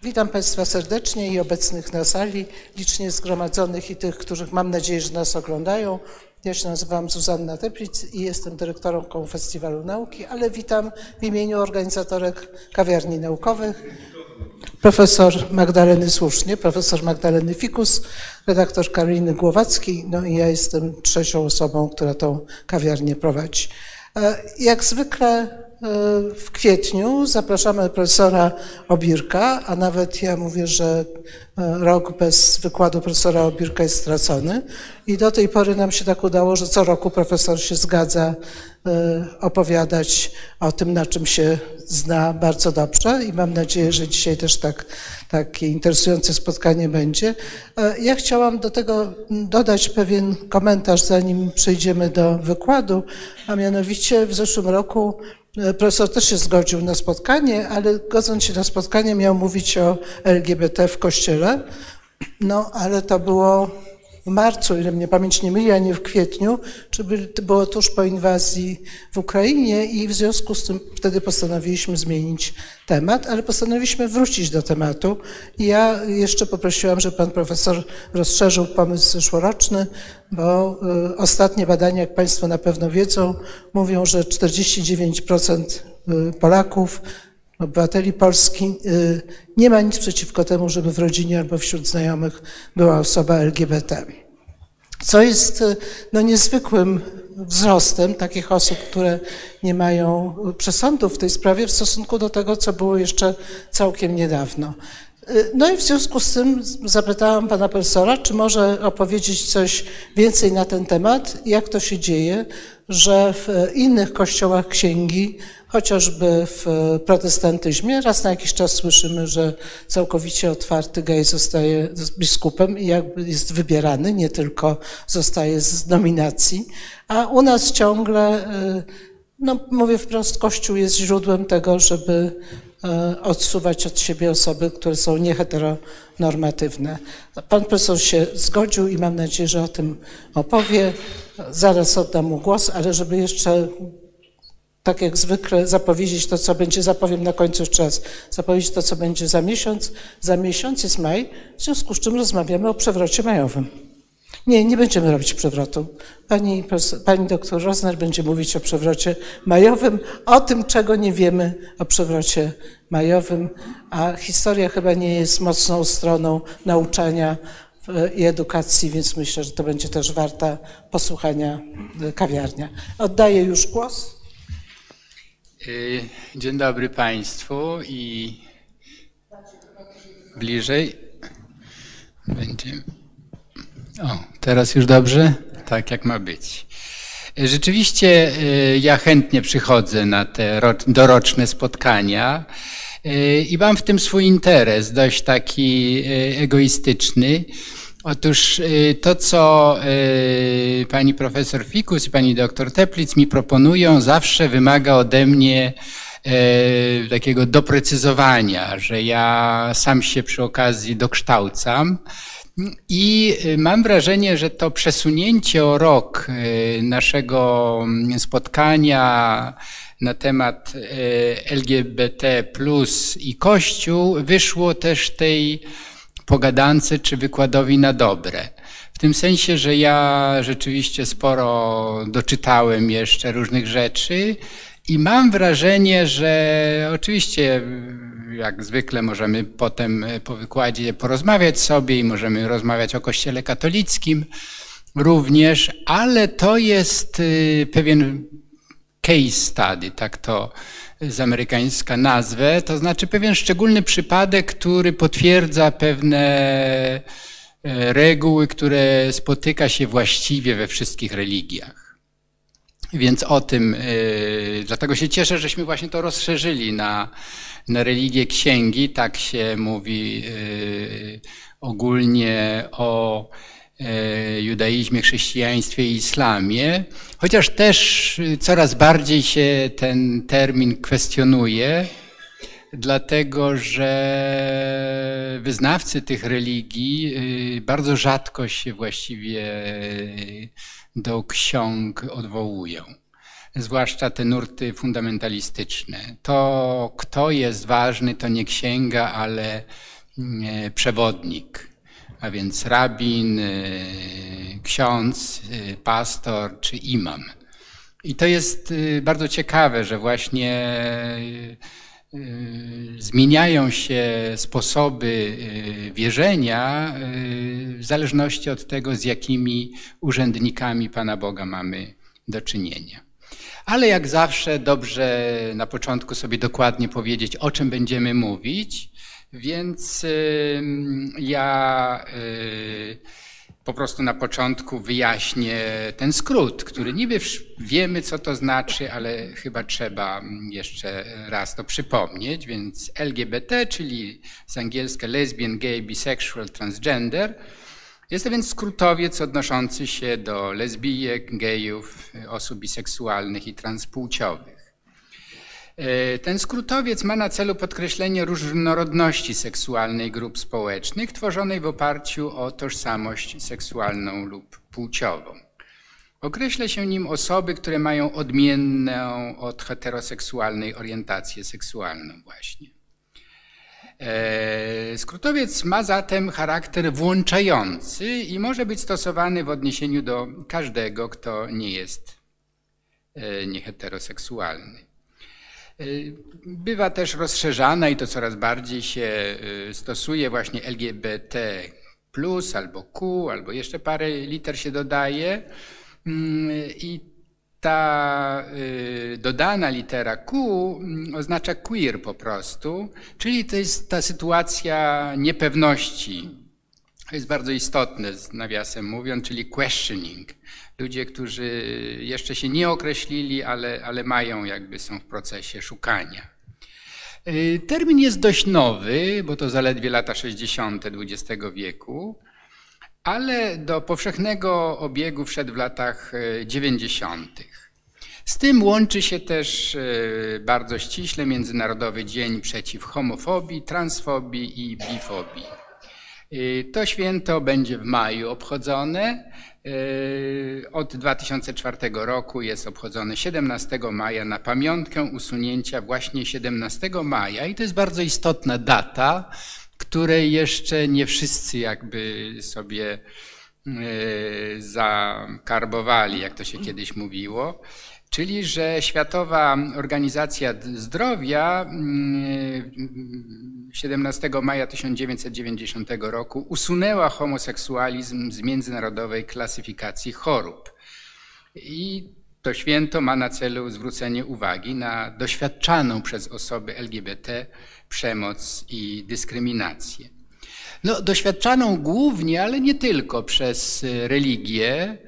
Witam Państwa serdecznie i obecnych na sali, licznie zgromadzonych i tych, których mam nadzieję, że nas oglądają. Ja się nazywam Zuzanna Teplitz i jestem dyrektorką Festiwalu Nauki, ale witam w imieniu organizatorek kawiarni naukowych, profesor Magdaleny Słusznie, profesor Magdaleny Fikus, redaktor Karoliny Głowackiej, no i ja jestem trzecią osobą, która tą kawiarnię prowadzi. Jak zwykle w kwietniu zapraszamy profesora Obirka, a nawet ja mówię, że rok bez wykładu profesora Obirka jest stracony i do tej pory nam się tak udało, że co roku profesor się zgadza opowiadać o tym, na czym się zna bardzo dobrze i mam nadzieję, że dzisiaj też takie interesujące spotkanie będzie. Ja chciałam do tego dodać pewien komentarz, zanim przejdziemy do wykładu, a mianowicie w zeszłym roku profesor też się zgodził na spotkanie, ale godząc się na spotkanie miał mówić o LGBT w Kościele, no ale to było w marcu, ile mnie pamięć nie myli, a nie w kwietniu, to było tuż po inwazji w Ukrainie i w związku z tym wtedy postanowiliśmy zmienić temat, ale postanowiliśmy wrócić do tematu. I ja jeszcze poprosiłam, żeby pan profesor rozszerzył pomysł zeszłoroczny, bo ostatnie badania, jak Państwo na pewno wiedzą, mówią, że 49% Polaków, obywateli Polski nie ma nic przeciwko temu, żeby w rodzinie albo wśród znajomych była osoba LGBT. Co jest niezwykłym wzrostem takich osób, które nie mają przesądów w tej sprawie w stosunku do tego, co było jeszcze całkiem niedawno. No i w związku z tym zapytałam pana profesora, czy może opowiedzieć coś więcej na ten temat, jak to się dzieje, że w innych kościołach księgi, chociażby w protestantyzmie, raz na jakiś czas słyszymy, że całkowicie otwarty gej zostaje biskupem i jakby jest wybierany, nie tylko zostaje z nominacji, a u nas ciągle, no mówię wprost, Kościół jest źródłem tego, żeby odsuwać od siebie osoby, które są nieheteronormatywne. Pan profesor się zgodził i mam nadzieję, że o tym opowie. Zaraz oddam mu głos, ale żeby jeszcze tak jak zwykle zapowiedzieć to, co będzie, zapowiem na końcu jeszcze raz, zapowiedzieć to, co będzie za miesiąc. Za miesiąc jest maj, w związku z czym rozmawiamy o przewrocie majowym. Nie będziemy robić przewrotu. Pani doktor Rosner będzie mówić o przewrocie majowym, o tym, czego nie wiemy o przewrocie majowym, a historia chyba nie jest mocną stroną nauczania i edukacji, więc myślę, że to będzie też warta posłuchania kawiarnia. Oddaję już głos. Dzień dobry Państwu i bliżej będzie. O, teraz już dobrze? Tak jak ma być. Rzeczywiście ja chętnie przychodzę na te doroczne spotkania i mam w tym swój interes, dość taki egoistyczny. Otóż to, co pani profesor Fikus i pani doktor Teplitz mi proponują, zawsze wymaga ode mnie takiego doprecyzowania, że ja sam się przy okazji dokształcam. I mam wrażenie, że to przesunięcie o rok naszego spotkania na temat LGBT plus i Kościół wyszło też tej pogadance czy wykładowi na dobre. W tym sensie, że ja rzeczywiście sporo doczytałem jeszcze różnych rzeczy i mam wrażenie, że oczywiście jak zwykle możemy potem po wykładzie porozmawiać sobie i możemy rozmawiać o Kościele katolickim również, ale to jest pewien case study, tak to z amerykańska nazwę, to znaczy pewien szczególny przypadek, który potwierdza pewne reguły, które spotyka się właściwie we wszystkich religiach. Więc o tym, dlatego się cieszę, żeśmy właśnie to rozszerzyli na religię księgi, tak się mówi ogólnie o judaizmie, chrześcijaństwie i islamie, chociaż też coraz bardziej się ten termin kwestionuje, dlatego że wyznawcy tych religii bardzo rzadko się właściwie do ksiąg odwołują. Zwłaszcza te nurty fundamentalistyczne. To, kto jest ważny, to nie księga, ale przewodnik, a więc rabin, ksiądz, pastor czy imam. I to jest bardzo ciekawe, że właśnie zmieniają się sposoby wierzenia w zależności od tego, z jakimi urzędnikami Pana Boga mamy do czynienia. Ale jak zawsze dobrze na początku sobie dokładnie powiedzieć, o czym będziemy mówić, więc ja po prostu na początku wyjaśnię ten skrót, który niby wiemy, co to znaczy, ale chyba trzeba jeszcze raz to przypomnieć. Więc LGBT, czyli z angielska lesbian, gay, bisexual, transgender, jest to więc skrótowiec odnoszący się do lesbijek, gejów, osób biseksualnych i transpłciowych. Ten skrótowiec ma na celu podkreślenie różnorodności seksualnej grup społecznych tworzonej w oparciu o tożsamość seksualną lub płciową. Określa się nim osoby, które mają odmienną od heteroseksualnej orientację seksualną właśnie. Skrótowiec ma zatem charakter włączający i może być stosowany w odniesieniu do każdego, kto nie jest nieheteroseksualny. Bywa też rozszerzana i to coraz bardziej się stosuje właśnie LGBT+, albo Q, albo jeszcze parę liter się dodaje i ta dodana litera Q oznacza queer po prostu, czyli to jest ta sytuacja niepewności. To jest bardzo istotne, nawiasem mówiąc, czyli questioning. Ludzie, którzy jeszcze się nie określili, ale mają, jakby są w procesie szukania. Termin jest dość nowy, bo to zaledwie lata 60. XX wieku, ale do powszechnego obiegu wszedł w latach 90. Z tym łączy się też bardzo ściśle Międzynarodowy Dzień przeciw homofobii, transfobii i bifobii. To święto będzie w maju obchodzone. Od 2004 roku jest obchodzone 17 maja na pamiątkę usunięcia właśnie 17 maja i to jest bardzo istotna data, której jeszcze nie wszyscy jakby sobie zakarbowali, jak to się kiedyś mówiło. Czyli, że Światowa Organizacja Zdrowia 17 maja 1990 roku usunęła homoseksualizm z międzynarodowej klasyfikacji chorób. I to święto ma na celu zwrócenie uwagi na doświadczaną przez osoby LGBT przemoc i dyskryminację. No, doświadczaną głównie, ale nie tylko przez religię,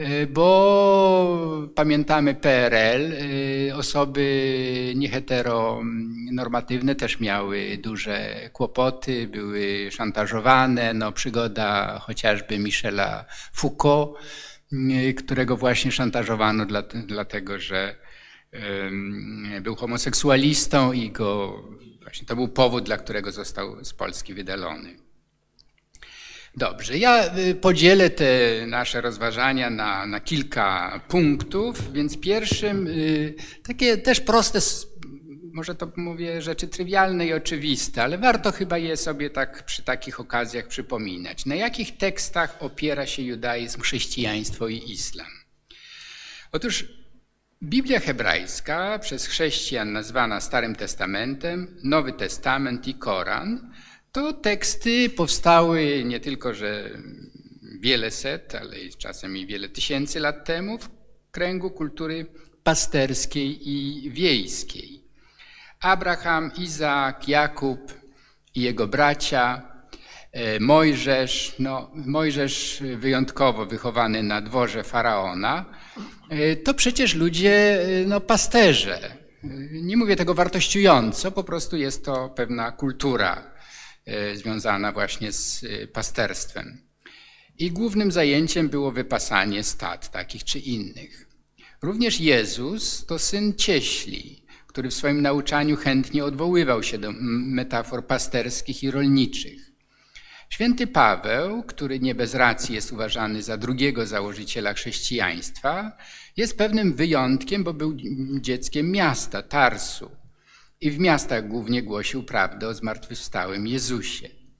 bo pamiętamy PRL, osoby nieheteronormatywne też miały duże kłopoty, były szantażowane. No, przygoda chociażby Michela Foucault, którego właśnie szantażowano dlatego, że był homoseksualistą i właśnie to był powód, dla którego został z Polski wydalony. Dobrze, ja podzielę te nasze rozważania na kilka punktów, więc pierwszym, takie też proste, może to mówię rzeczy trywialne i oczywiste, ale warto chyba je sobie tak przy takich okazjach przypominać. Na jakich tekstach opiera się judaizm, chrześcijaństwo i islam? Otóż Biblia hebrajska, przez chrześcijan nazwana Starym Testamentem, Nowy Testament i Koran, to teksty powstały nie tylko, że wiele set, ale czasem i wiele tysięcy lat temu w kręgu kultury pasterskiej i wiejskiej. Abraham, Izaak, Jakub i jego bracia, Mojżesz, Mojżesz wyjątkowo wychowany na dworze faraona, to przecież ludzie, pasterze. Nie mówię tego wartościująco, po prostu jest to pewna kultura związana właśnie z pasterstwem. I głównym zajęciem było wypasanie stad takich czy innych. Również Jezus to syn cieśli, który w swoim nauczaniu chętnie odwoływał się do metafor pasterskich i rolniczych. Święty Paweł, który nie bez racji jest uważany za drugiego założyciela chrześcijaństwa, jest pewnym wyjątkiem, bo był dzieckiem miasta, Tarsu. I w miastach głównie głosił prawdę o zmartwychwstałym Jezusie.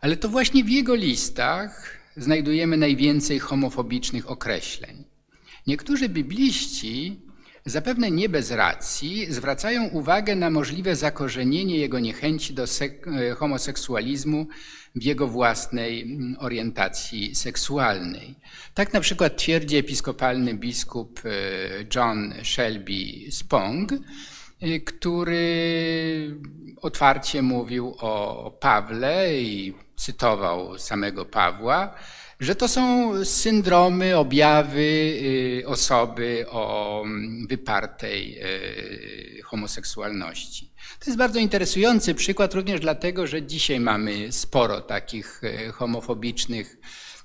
Ale to właśnie w jego listach znajdujemy najwięcej homofobicznych określeń. Niektórzy bibliści, zapewne nie bez racji, zwracają uwagę na możliwe zakorzenienie jego niechęci do homoseksualizmu w jego własnej orientacji seksualnej. Tak na przykład twierdzi episkopalny biskup John Shelby Spong, który otwarcie mówił o Pawle i cytował samego Pawła, że to są syndromy, objawy osoby o wypartej homoseksualności. To jest bardzo interesujący przykład również dlatego, że dzisiaj mamy sporo takich homofobicznych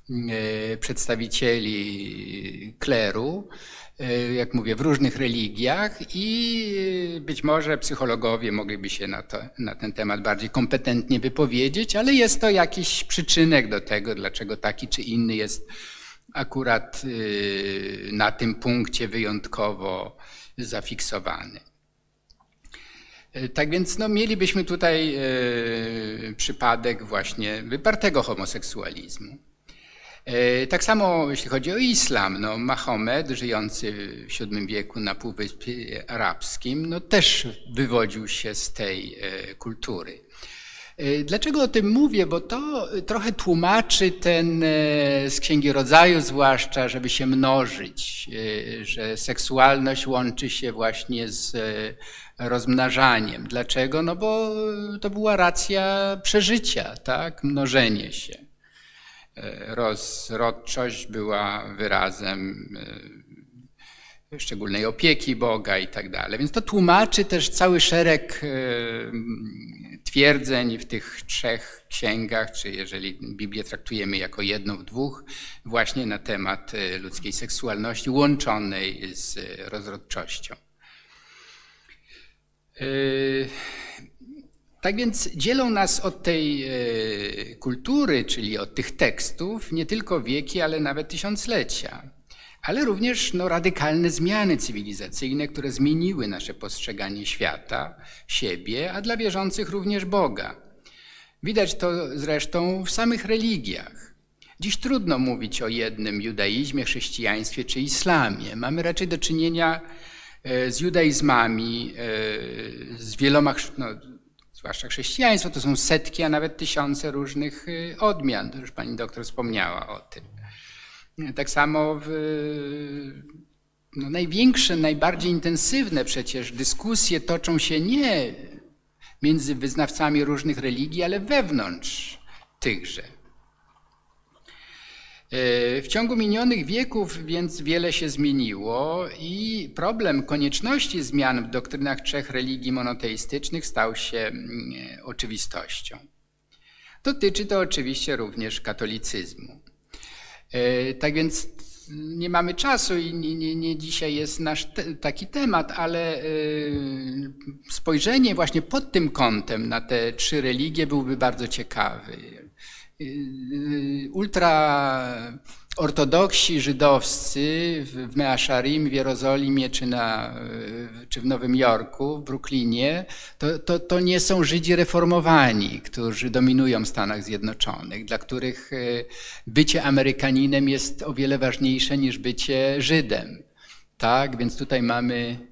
przedstawicieli kleru, jak mówię, w różnych religiach i być może psychologowie mogliby się na ten temat bardziej kompetentnie wypowiedzieć, ale jest to jakiś przyczynek do tego, dlaczego taki czy inny jest akurat na tym punkcie wyjątkowo zafiksowany. Tak więc no, mielibyśmy tutaj przypadek właśnie wypartego homoseksualizmu. Tak samo jeśli chodzi o islam, no Mahomet, żyjący w VII wieku na Półwyspie Arabskim, no też wywodził się z tej kultury. Dlaczego o tym mówię? Bo to trochę tłumaczy ten z Księgi Rodzaju zwłaszcza, żeby się mnożyć, że seksualność łączy się właśnie z rozmnażaniem. Dlaczego? No bo to była racja przeżycia, tak? Mnożenie się. Rozrodczość była wyrazem szczególnej opieki Boga i tak dalej. Więc to tłumaczy też cały szereg twierdzeń w tych trzech księgach, czy jeżeli Biblię traktujemy jako jedną w dwóch, właśnie na temat ludzkiej seksualności łączonej z rozrodczością. Tak więc dzielą nas od tej kultury, czyli od tych tekstów, nie tylko wieki, ale nawet tysiąclecia, ale również no, radykalne zmiany cywilizacyjne, które zmieniły nasze postrzeganie świata, siebie, a dla wierzących również Boga. Widać to zresztą w samych religiach. Dziś trudno mówić o jednym judaizmie, chrześcijaństwie czy islamie. Mamy raczej do czynienia z judaizmami, z wieloma, no, zwłaszcza chrześcijaństwo, to są setki, a nawet tysiące różnych odmian. To już pani doktor wspomniała o tym. Tak samo no największe, najbardziej intensywne przecież dyskusje toczą się nie między wyznawcami różnych religii, ale wewnątrz tychże. W ciągu minionych wieków więc wiele się zmieniło i problem konieczności zmian w doktrynach trzech religii monoteistycznych stał się oczywistością. Dotyczy to oczywiście również katolicyzmu. Tak więc nie mamy czasu i nie dzisiaj jest nasz taki temat, ale spojrzenie właśnie pod tym kątem na te trzy religie byłby bardzo ciekawy. Ultraortodoksi żydowscy w Mea Shearim w Jerozolimie czy w Nowym Jorku, w Brooklynie, to nie są Żydzi reformowani, którzy dominują w Stanach Zjednoczonych, dla których bycie Amerykaninem jest o wiele ważniejsze niż bycie Żydem. Tak, więc tutaj mamy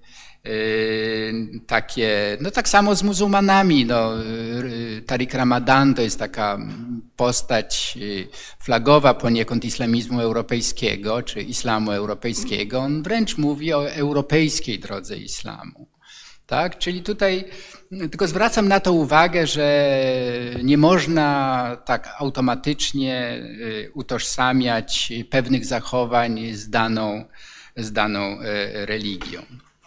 takie, no tak samo z muzułmanami, no, Tariq Ramadan to jest taka postać flagowa poniekąd islamizmu europejskiego, czy islamu europejskiego, on wręcz mówi o europejskiej drodze islamu. Tak? Czyli tutaj tylko zwracam na to uwagę, że nie można tak automatycznie utożsamiać pewnych zachowań z daną religią.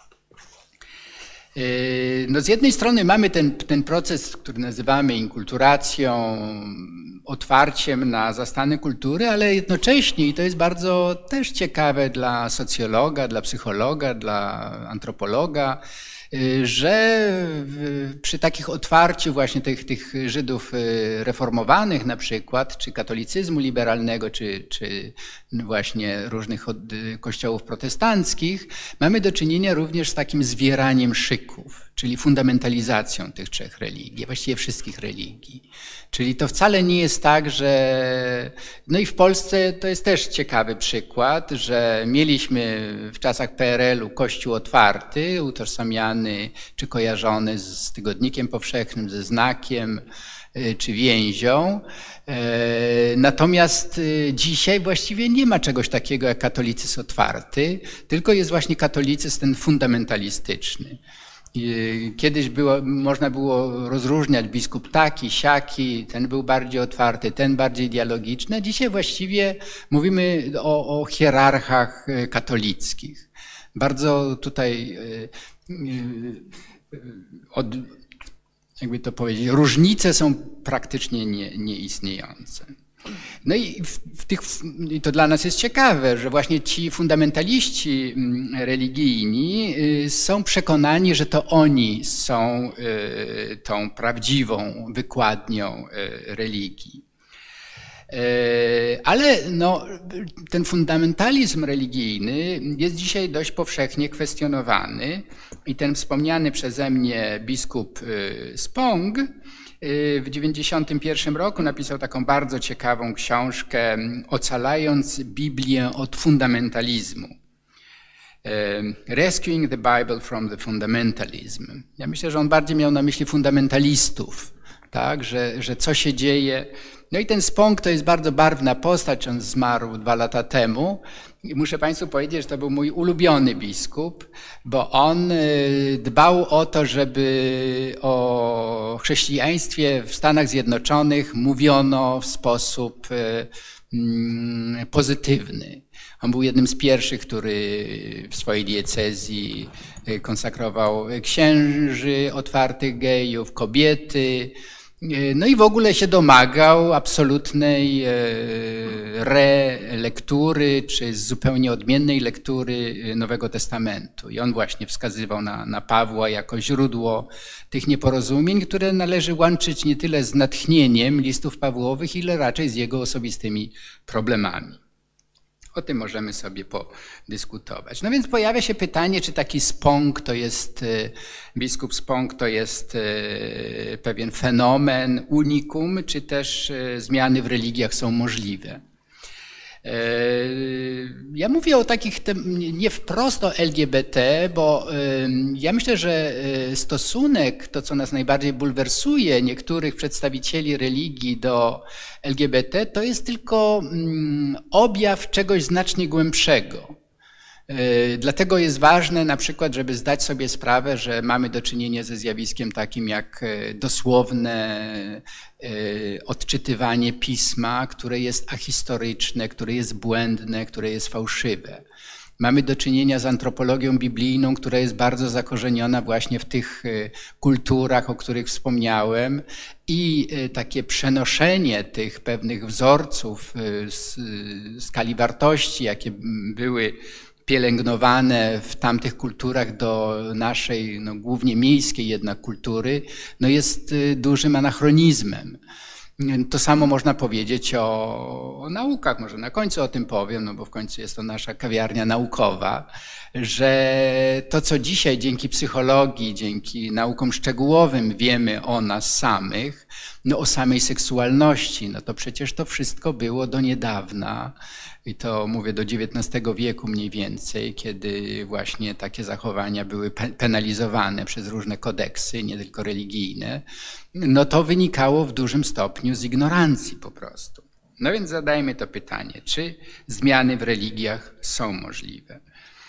No z jednej strony mamy ten proces, który nazywamy inkulturacją, otwarciem na zastane kultury, ale jednocześnie, i to jest bardzo też ciekawe dla socjologa, dla psychologa, dla antropologa, że przy takich otwarciu właśnie tych Żydów reformowanych na przykład, czy katolicyzmu liberalnego, czy właśnie różnych kościołów protestanckich, mamy do czynienia również z takim zwieraniem szyków, czyli fundamentalizacją tych trzech religii, właściwie wszystkich religii. Czyli to wcale nie jest tak, że... No i w Polsce to jest też ciekawy przykład, że mieliśmy w czasach PRL-u Kościół otwarty, utożsamiany czy kojarzony z Tygodnikiem Powszechnym, ze Znakiem czy Więzią. Natomiast dzisiaj właściwie nie ma czegoś takiego jak katolicyzm otwarty, tylko jest właśnie katolicyzm ten fundamentalistyczny. Kiedyś można było rozróżniać biskup taki, siaki, ten był bardziej otwarty, ten bardziej dialogiczny. A dzisiaj właściwie mówimy o hierarchach katolickich. Bardzo tutaj jakby to powiedzieć, różnice są praktycznie nieistniejące. No i i to dla nas jest ciekawe, że właśnie ci fundamentaliści religijni są przekonani, że to oni są tą prawdziwą wykładnią religii. Ale no, ten fundamentalizm religijny jest dzisiaj dość powszechnie kwestionowany i ten wspomniany przeze mnie biskup Spong w 1991 roku napisał taką bardzo ciekawą książkę Ocalając Biblię od fundamentalizmu. Rescuing the Bible from the Fundamentalism. Ja myślę, że on bardziej miał na myśli fundamentalistów, tak? Że co się dzieje. No i ten Spong to jest bardzo barwna postać, on zmarł 2 lata temu. I muszę Państwu powiedzieć, że to był mój ulubiony biskup, bo on dbał o to, żeby o chrześcijaństwie w Stanach Zjednoczonych mówiono w sposób pozytywny. On był jednym z pierwszych, który w swojej diecezji konsekrował księży, otwartych gejów, kobiety. No i w ogóle się domagał absolutnej relektury, czy zupełnie odmiennej lektury Nowego Testamentu. I on właśnie wskazywał na Pawła jako źródło tych nieporozumień, które należy łączyć nie tyle z natchnieniem listów Pawłowych, ile raczej z jego osobistymi problemami. O tym możemy sobie podyskutować. No więc pojawia się pytanie, czy taki Spong to jest, biskup Spong to jest pewien fenomen, unikum, czy też zmiany w religiach są możliwe. Ja mówię o takich, nie wprost o LGBT, bo ja myślę, że stosunek, to co nas najbardziej bulwersuje niektórych przedstawicieli religii do LGBT, to jest tylko objaw czegoś znacznie głębszego. Dlatego jest ważne na przykład, żeby zdać sobie sprawę, że mamy do czynienia ze zjawiskiem takim jak dosłowne odczytywanie pisma, które jest ahistoryczne, które jest błędne, które jest fałszywe. Mamy do czynienia z antropologią biblijną, która jest bardzo zakorzeniona właśnie w tych kulturach, o których wspomniałem, i takie przenoszenie tych pewnych wzorców skali wartości, jakie były pielęgnowane w tamtych kulturach do naszej, no, głównie miejskiej jednak kultury, no jest dużym anachronizmem. To samo można powiedzieć o naukach, może na końcu o tym powiem, no bo w końcu jest to nasza kawiarnia naukowa, że to, co dzisiaj dzięki psychologii, dzięki naukom szczegółowym wiemy o nas samych, no o samej seksualności, no to przecież to wszystko było do niedawna, i to mówię do XIX wieku mniej więcej, kiedy właśnie takie zachowania były penalizowane przez różne kodeksy, nie tylko religijne, no to wynikało w dużym stopniu z ignorancji po prostu. No więc zadajmy to pytanie, czy zmiany w religiach są możliwe?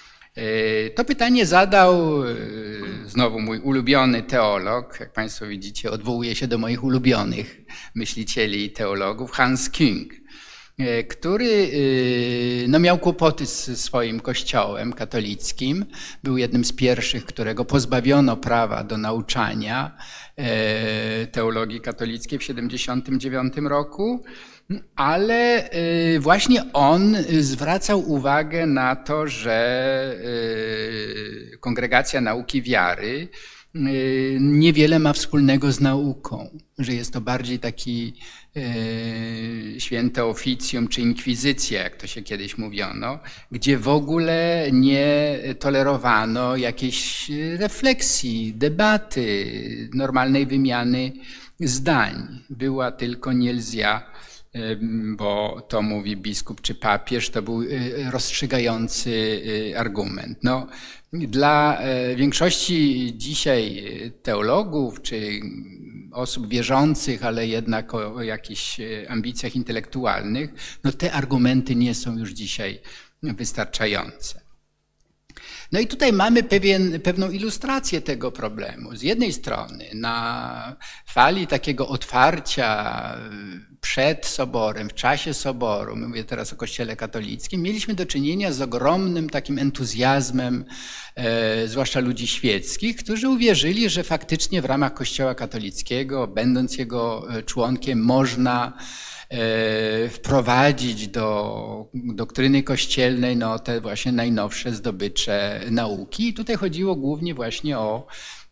To pytanie zadał znowu mój ulubiony teolog, jak Państwo widzicie, odwołuje się do moich ulubionych myślicieli i teologów, Hans Küng, który no, miał kłopoty z swoim kościołem katolickim. Był jednym z pierwszych, którego pozbawiono prawa do nauczania teologii katolickiej w 1979 roku. Ale właśnie on zwracał uwagę na to, że kongregacja nauki wiary niewiele ma wspólnego z nauką, że jest to bardziej taki święte oficjum czy inkwizycja, jak to się kiedyś mówiono, gdzie w ogóle nie tolerowano jakiejś refleksji, debaty, normalnej wymiany zdań. Była tylko nielzja, bo to mówi biskup czy papież, to był rozstrzygający argument. No, dla większości dzisiaj teologów czy osób wierzących, ale jednak o jakichś ambicjach intelektualnych, no te argumenty nie są już dzisiaj wystarczające. No i tutaj mamy pewną ilustrację tego problemu. Z jednej strony na fali takiego otwarcia przed soborem, w czasie soboru, mówię teraz o Kościele katolickim, mieliśmy do czynienia z ogromnym takim entuzjazmem, zwłaszcza ludzi świeckich, którzy uwierzyli, że faktycznie w ramach Kościoła katolickiego, będąc jego członkiem, można wprowadzić do doktryny kościelnej no, te właśnie najnowsze zdobycze nauki. I tutaj chodziło głównie właśnie o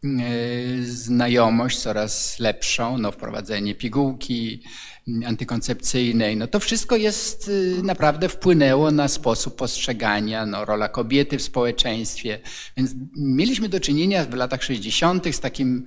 znajomość coraz lepszą, no, wprowadzenie pigułki antykoncepcyjnej. No, to wszystko jest naprawdę wpłynęło na sposób postrzegania, no, rola kobiety w społeczeństwie. Więc mieliśmy do czynienia w latach 60. z takim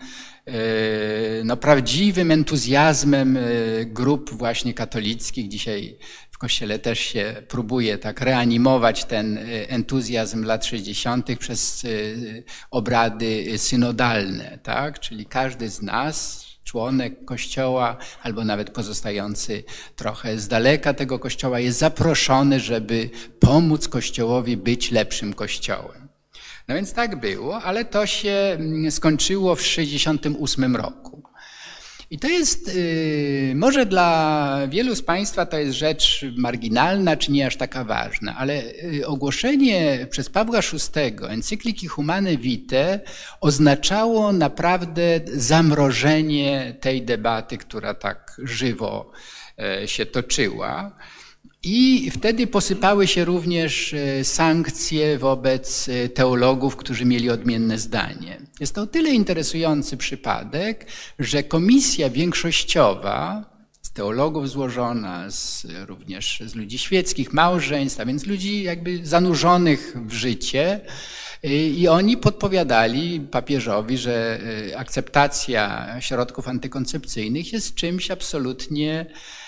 no, prawdziwym entuzjazmem grup właśnie katolickich. Dzisiaj w Kościele też się próbuje tak reanimować ten entuzjazm lat 60. przez obrady synodalne, tak? Czyli każdy z nas, członek Kościoła albo nawet pozostający trochę z daleka tego Kościoła, jest zaproszony, żeby pomóc Kościołowi być lepszym Kościołem. No więc tak było, ale to się skończyło w 1968 roku. I to jest, może dla wielu z Państwa to jest rzecz marginalna, czy nie aż taka ważna, ale ogłoszenie przez Pawła VI encykliki Humane Vitae oznaczało naprawdę zamrożenie tej debaty, która tak żywo się toczyła. I wtedy posypały się również sankcje wobec teologów, którzy mieli odmienne zdanie. Jest to o tyle interesujący przypadek, że komisja większościowa, z teologów złożona, również z ludzi świeckich, małżeństw, a więc ludzi jakby zanurzonych w życie, i oni podpowiadali papieżowi, że akceptacja środków antykoncepcyjnych jest czymś absolutnie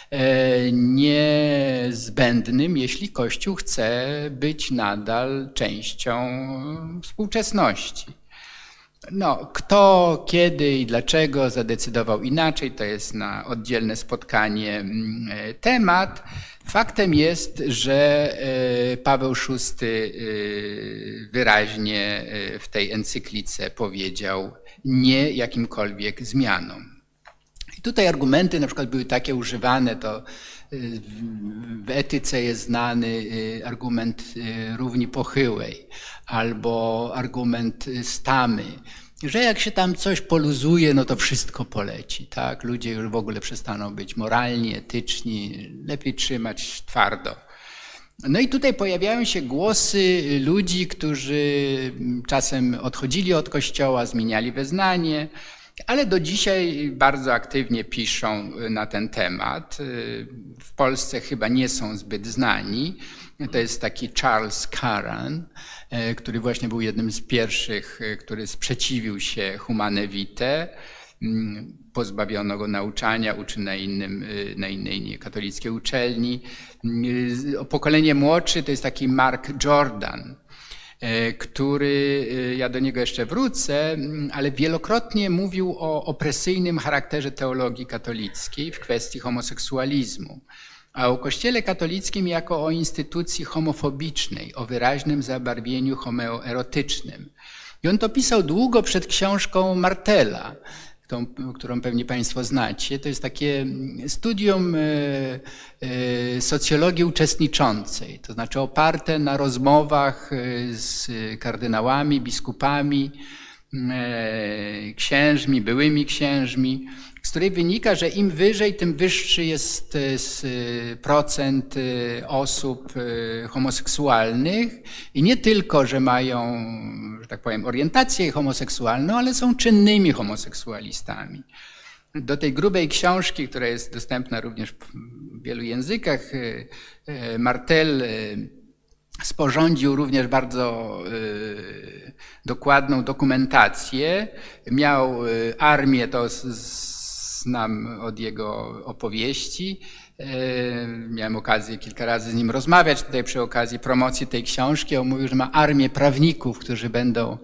niezbędnym, jeśli Kościół chce być nadal częścią współczesności. No, kto, kiedy i dlaczego zadecydował inaczej, to jest na oddzielne spotkanie temat. Faktem jest, że Paweł VI wyraźnie w tej encyklice powiedział nie jakimkolwiek zmianom. Tutaj argumenty na przykład były takie używane, to w etyce jest znany argument równi pochyłej albo argument Stamy, że jak się tam coś poluzuje, no to wszystko poleci, tak? Ludzie już w ogóle przestaną być moralni, etyczni, lepiej trzymać twardo. No i tutaj pojawiają się głosy ludzi, którzy czasem odchodzili od Kościoła, zmieniali wyznanie, ale do dzisiaj bardzo aktywnie piszą na ten temat. W Polsce chyba nie są zbyt znani. To jest taki Charles Curran, który właśnie był jednym z pierwszych, który sprzeciwił się Humane Vitae. Pozbawiono go nauczania, uczy na innej niekatolickiej uczelni. Pokolenie młodsze to jest taki Mark Jordan, który, ja do niego jeszcze wrócę, ale wielokrotnie mówił o opresyjnym charakterze teologii katolickiej w kwestii homoseksualizmu, a o Kościele katolickim jako o instytucji homofobicznej, o wyraźnym zabarwieniu homoerotycznym. I on to pisał długo przed książką Martela, którą pewnie Państwo znacie. To jest takie studium socjologii uczestniczącej, to znaczy oparte na rozmowach z kardynałami, biskupami, księżmi, byłymi księżmi, z której wynika, że im wyżej, tym wyższy jest procent osób homoseksualnych i nie tylko, że mają że tak powiem, orientację homoseksualną, ale są czynnymi homoseksualistami. Do tej grubej książki, która jest dostępna również w wielu językach, Martel sporządził również bardzo dokładną dokumentację. Miał armię, to znam od jego opowieści. Miałem okazję kilka razy z nim rozmawiać tutaj przy okazji promocji tej książki. On mówił, że ma armię prawników, którzy będą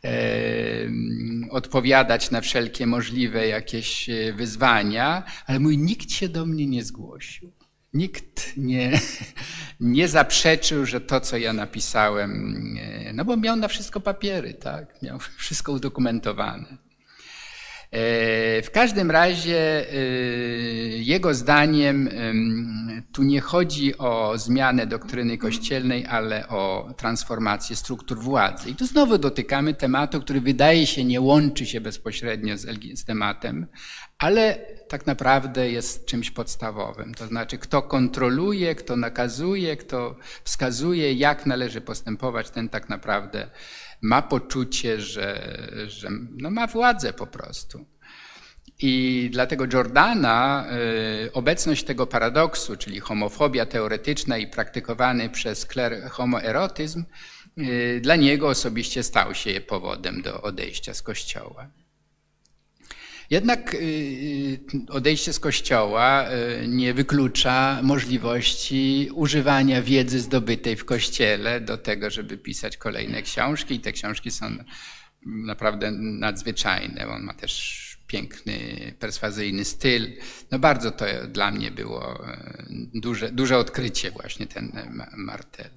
odpowiadać na wszelkie możliwe jakieś wyzwania, ale mój nikt się do mnie nie zgłosił. Nikt nie zaprzeczył, że to, co ja napisałem, no bo miał na wszystko papiery, tak? Miał wszystko udokumentowane. W każdym razie jego zdaniem tu nie chodzi o zmianę doktryny kościelnej, ale o transformację struktur władzy. I tu znowu dotykamy tematu, który wydaje się nie łączy się bezpośrednio z tematem, ale tak naprawdę jest czymś podstawowym. To znaczy, kto kontroluje, kto nakazuje, kto wskazuje, jak należy postępować, ten tak naprawdę ma poczucie, że no ma władzę po prostu. I dlatego Giordana obecność tego paradoksu, czyli homofobia teoretyczna i praktykowany przez kler homoerotyzm, dla niego osobiście stał się powodem do odejścia z Kościoła. Jednak odejście z Kościoła nie wyklucza możliwości używania wiedzy zdobytej w Kościele do tego, żeby pisać kolejne książki. I te książki są naprawdę nadzwyczajne. On ma też piękny, perswazyjny styl. No bardzo to dla mnie było duże odkrycie właśnie ten Martel.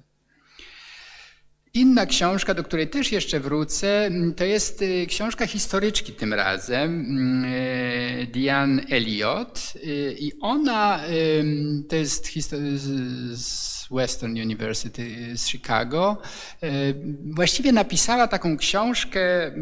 Inna książka, do której też jeszcze wrócę, to jest książka historyczki tym razem, Diane Elliott. I ona, to jest z Western University z Chicago, właściwie napisała taką książkę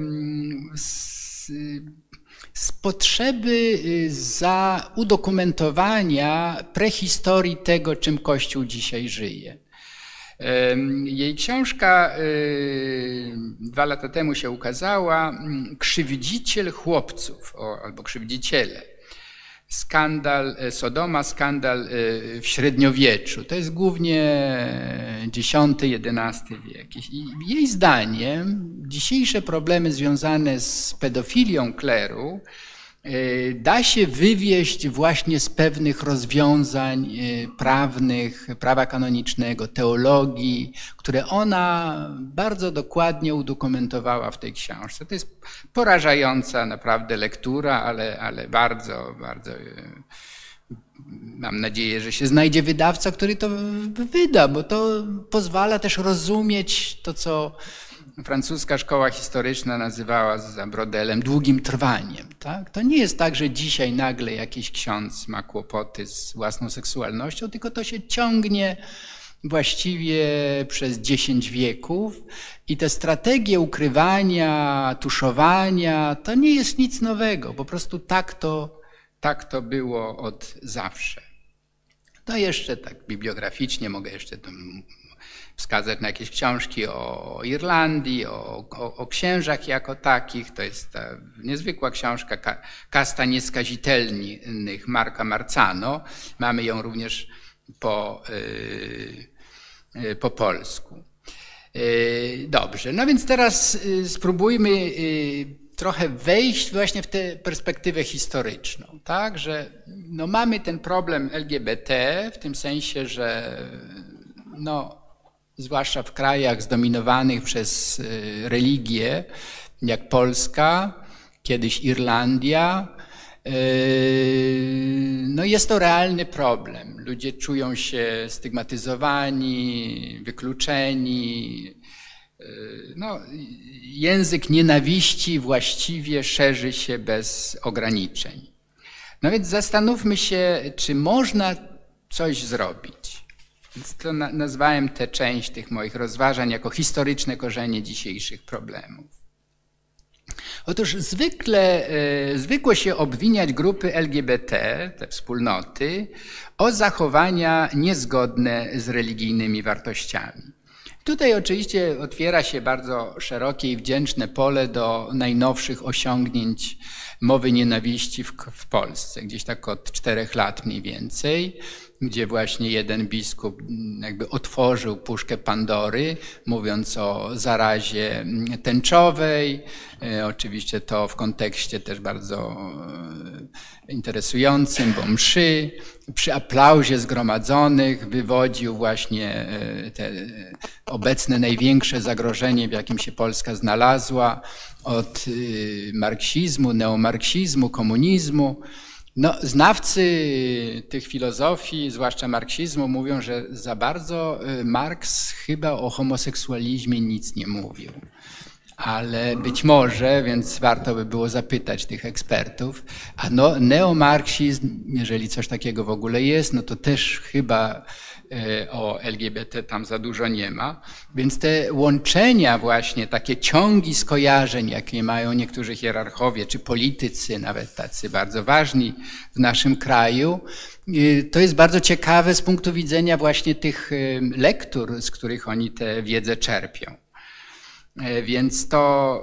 z potrzeby udokumentowania prehistorii tego, czym Kościół dzisiaj żyje. Jej książka 2 lata temu się ukazała, Krzywdziciel chłopców, albo Krzywdziciele. Skandal Sodoma, skandal w średniowieczu. To jest głównie X-XI wiek. I jej zdaniem dzisiejsze problemy związane z pedofilią kleru da się wywieść właśnie z pewnych rozwiązań prawnych, prawa kanonicznego, teologii, które ona bardzo dokładnie udokumentowała w tej książce. To jest porażająca naprawdę lektura, ale bardzo, bardzo mam nadzieję, że się znajdzie wydawca, który to wyda, bo to pozwala też rozumieć to, co francuska szkoła historyczna nazywała za Brodelem długim trwaniem. Tak? To nie jest tak, że dzisiaj nagle jakiś ksiądz ma kłopoty z własną seksualnością, tylko to się ciągnie właściwie przez 10 wieków i te strategie ukrywania, tuszowania, to nie jest nic nowego. Po prostu tak to było od zawsze. To jeszcze tak bibliograficznie mogę jeszcze wskazać na jakieś książki o Irlandii, o księżach jako takich. To jest ta niezwykła książka Kasta nieskazitelnych Marka Marcano. Mamy ją również po polsku. Dobrze, no więc teraz spróbujmy trochę wejść właśnie w tę perspektywę historyczną, tak, że no mamy ten problem LGBT w tym sensie, że no zwłaszcza w krajach zdominowanych przez religię, jak Polska, kiedyś Irlandia, no jest to realny problem. Ludzie czują się stygmatyzowani, wykluczeni. No, język nienawiści właściwie szerzy się bez ograniczeń. No więc zastanówmy się, czy można coś zrobić. Więc to nazwałem tę część tych moich rozważań jako historyczne korzenie dzisiejszych problemów. Otóż zwykło się obwiniać grupy LGBT, te wspólnoty, o zachowania niezgodne z religijnymi wartościami. Tutaj oczywiście otwiera się bardzo szerokie i wdzięczne pole do najnowszych osiągnięć mowy nienawiści w Polsce, gdzieś tak od 4 lat mniej więcej, gdzie właśnie jeden biskup jakby otworzył puszkę Pandory, mówiąc o zarazie tęczowej. Oczywiście to w kontekście też bardzo interesującym, bo mszy przy aplauzie zgromadzonych wywodził właśnie te obecne największe zagrożenie, w jakim się Polska znalazła, od marksizmu, neomarksizmu, komunizmu. No, znawcy tych filozofii, zwłaszcza marksizmu, mówią, że za bardzo Marks chyba o homoseksualizmie nic nie mówił. Ale być może, więc warto by było zapytać tych ekspertów, a no, neomarksizm, jeżeli coś takiego w ogóle jest, no to też chyba o LGBT tam za dużo nie ma. Więc te łączenia właśnie, takie ciągi skojarzeń, jakie mają niektórzy hierarchowie czy politycy, nawet tacy bardzo ważni w naszym kraju, to jest bardzo ciekawe z punktu widzenia właśnie tych lektur, z których oni tę wiedzę czerpią. Więc to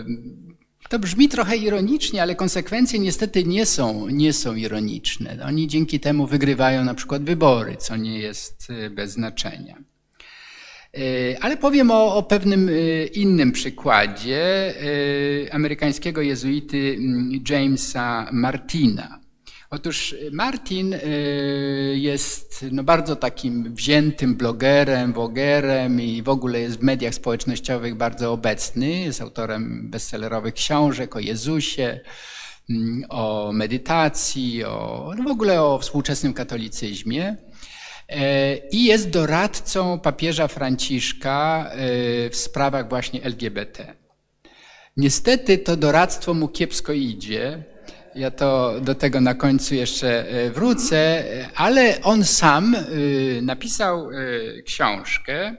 brzmi trochę ironicznie, ale konsekwencje niestety nie są ironiczne. Oni dzięki temu wygrywają na przykład wybory, co nie jest bez znaczenia. Ale powiem o pewnym innym przykładzie amerykańskiego jezuity Jamesa Martina. Otóż Martin jest bardzo takim wziętym blogerem, vlogerem i w ogóle jest w mediach społecznościowych bardzo obecny. Jest autorem bestsellerowych książek o Jezusie, o medytacji, w ogóle o współczesnym katolicyzmie. I jest doradcą papieża Franciszka w sprawach właśnie LGBT. Niestety to doradztwo mu kiepsko idzie. Ja do tego na końcu jeszcze wrócę, ale on sam napisał książkę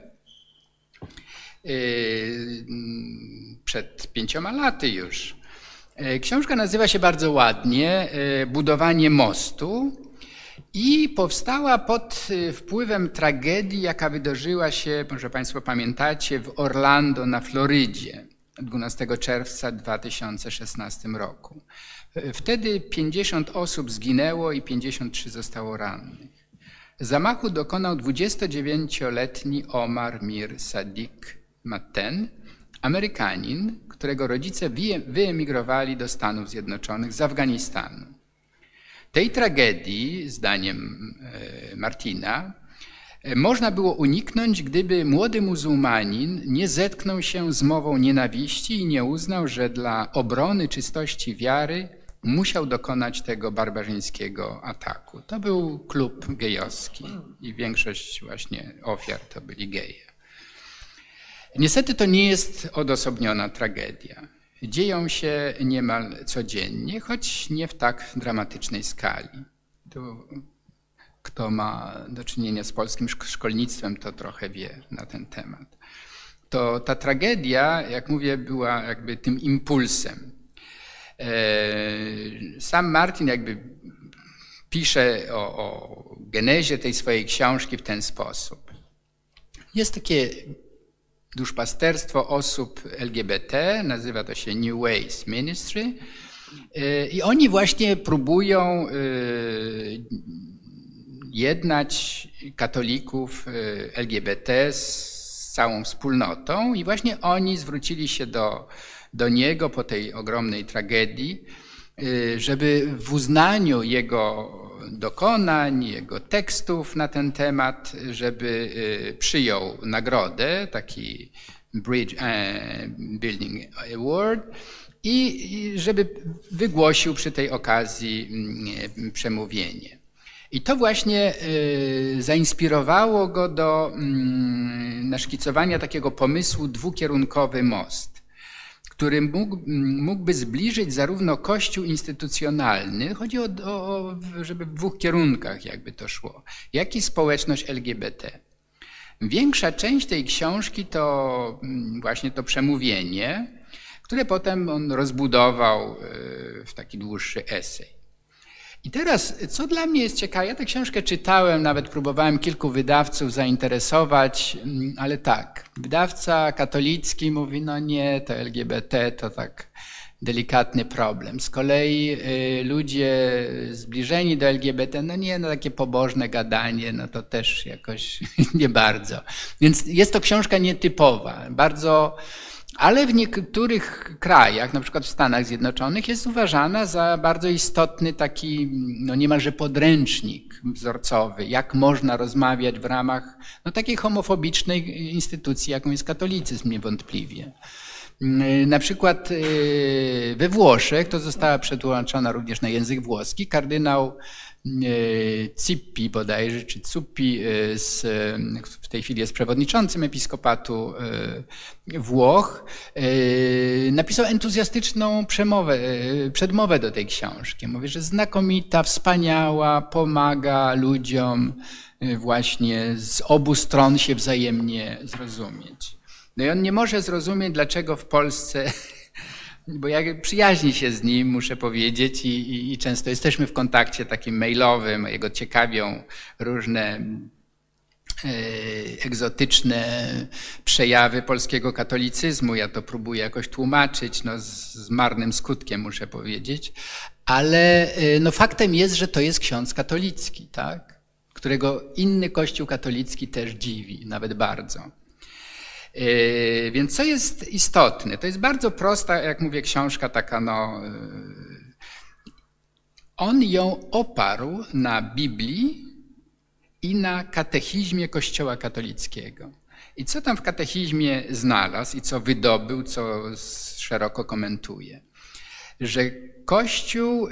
przed 5 laty już. Książka nazywa się bardzo ładnie Budowanie mostu i powstała pod wpływem tragedii, jaka wydarzyła się, może Państwo pamiętacie, w Orlando na Florydzie 12 czerwca 2016 roku. Wtedy 50 osób zginęło i 53 zostało rannych. Zamachu dokonał 29-letni Omar Mir Sadiq Maten, Amerykanin, którego rodzice wyemigrowali do Stanów Zjednoczonych z Afganistanu. Tej tragedii, zdaniem Martina, można było uniknąć, gdyby młody muzułmanin nie zetknął się z mową nienawiści i nie uznał, że dla obrony czystości wiary musiał dokonać tego barbarzyńskiego ataku. To był klub gejowski i większość właśnie ofiar to byli geje. Niestety to nie jest odosobniona tragedia. Dzieją się niemal codziennie, choć nie w tak dramatycznej skali. Kto ma do czynienia z polskim szkolnictwem, to trochę wie na ten temat. To ta tragedia, jak mówię, była jakby tym impulsem. Sam Martin jakby pisze o genezie tej swojej książki w ten sposób. Jest takie duszpasterstwo osób LGBT, nazywa to się New Ways Ministry i oni właśnie próbują jednać katolików LGBT z całą wspólnotą i właśnie oni zwrócili się do niego po tej ogromnej tragedii, żeby w uznaniu jego dokonań, jego tekstów na ten temat, żeby przyjął nagrodę, taki Bridge Building Award i żeby wygłosił przy tej okazji przemówienie. I to właśnie zainspirowało go do naszkicowania takiego pomysłu dwukierunkowy most, który mógłby zbliżyć zarówno Kościół instytucjonalny, chodzi o żeby w 2 kierunkach jakby to szło, jak i społeczność LGBT. Większa część tej książki to właśnie to przemówienie, które potem on rozbudował w taki dłuższy esej. I teraz, co dla mnie jest ciekawe, ja tę książkę czytałem, nawet próbowałem kilku wydawców zainteresować, ale tak, wydawca katolicki mówi, no nie, to LGBT to tak delikatny problem. Z kolei ludzie zbliżeni do LGBT, no nie, no takie pobożne gadanie, no to też jakoś nie bardzo. Więc jest to książka nietypowa, bardzo... Ale w niektórych krajach, na przykład w Stanach Zjednoczonych, jest uważana za bardzo istotny taki, no niemalże podręcznik wzorcowy, jak można rozmawiać w ramach no, takiej homofobicznej instytucji, jaką jest katolicyzm niewątpliwie. Na przykład we Włoszech, to została przetłumaczona również na język włoski, kardynał Zippi bodajże, czy Zuppi, w tej chwili jest przewodniczącym episkopatu Włoch, napisał entuzjastyczną przedmowę do tej książki. Mówi, że znakomita, wspaniała, pomaga ludziom właśnie z obu stron się wzajemnie zrozumieć. No i on nie może zrozumieć, dlaczego w Polsce, bo ja przyjaźnię się z nim, muszę powiedzieć, i często jesteśmy w kontakcie takim mailowym, jego ciekawią różne egzotyczne przejawy polskiego katolicyzmu. Ja to próbuję jakoś tłumaczyć, no z marnym skutkiem muszę powiedzieć, ale no faktem jest, że to jest ksiądz katolicki, tak? Którego inny kościół katolicki też dziwi, nawet bardzo. Więc co jest istotne? To jest bardzo prosta, jak mówię, książka taka, no... On ją oparł na Biblii i na katechizmie Kościoła katolickiego. I co tam w katechizmie znalazł i co wydobył, co szeroko komentuje? Że Kościół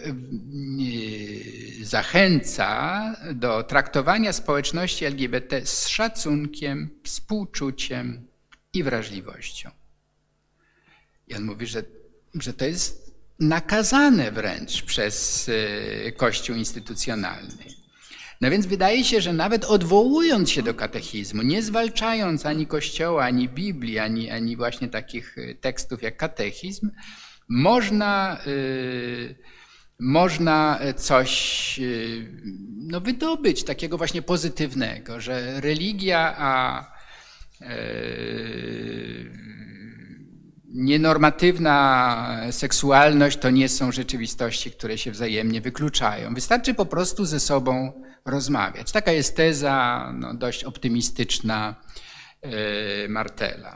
zachęca do traktowania społeczności LGBT z szacunkiem, współczuciem i wrażliwością. I on mówi, że to jest nakazane wręcz przez Kościół instytucjonalny. No więc wydaje się, że nawet odwołując się do katechizmu, nie zwalczając ani Kościoła, ani Biblii, ani właśnie takich tekstów jak katechizm, można coś no, wydobyć takiego właśnie pozytywnego, że religia a nienormatywna seksualność to nie są rzeczywistości, które się wzajemnie wykluczają. Wystarczy po prostu ze sobą rozmawiać. Taka jest teza no, dość optymistyczna Martela.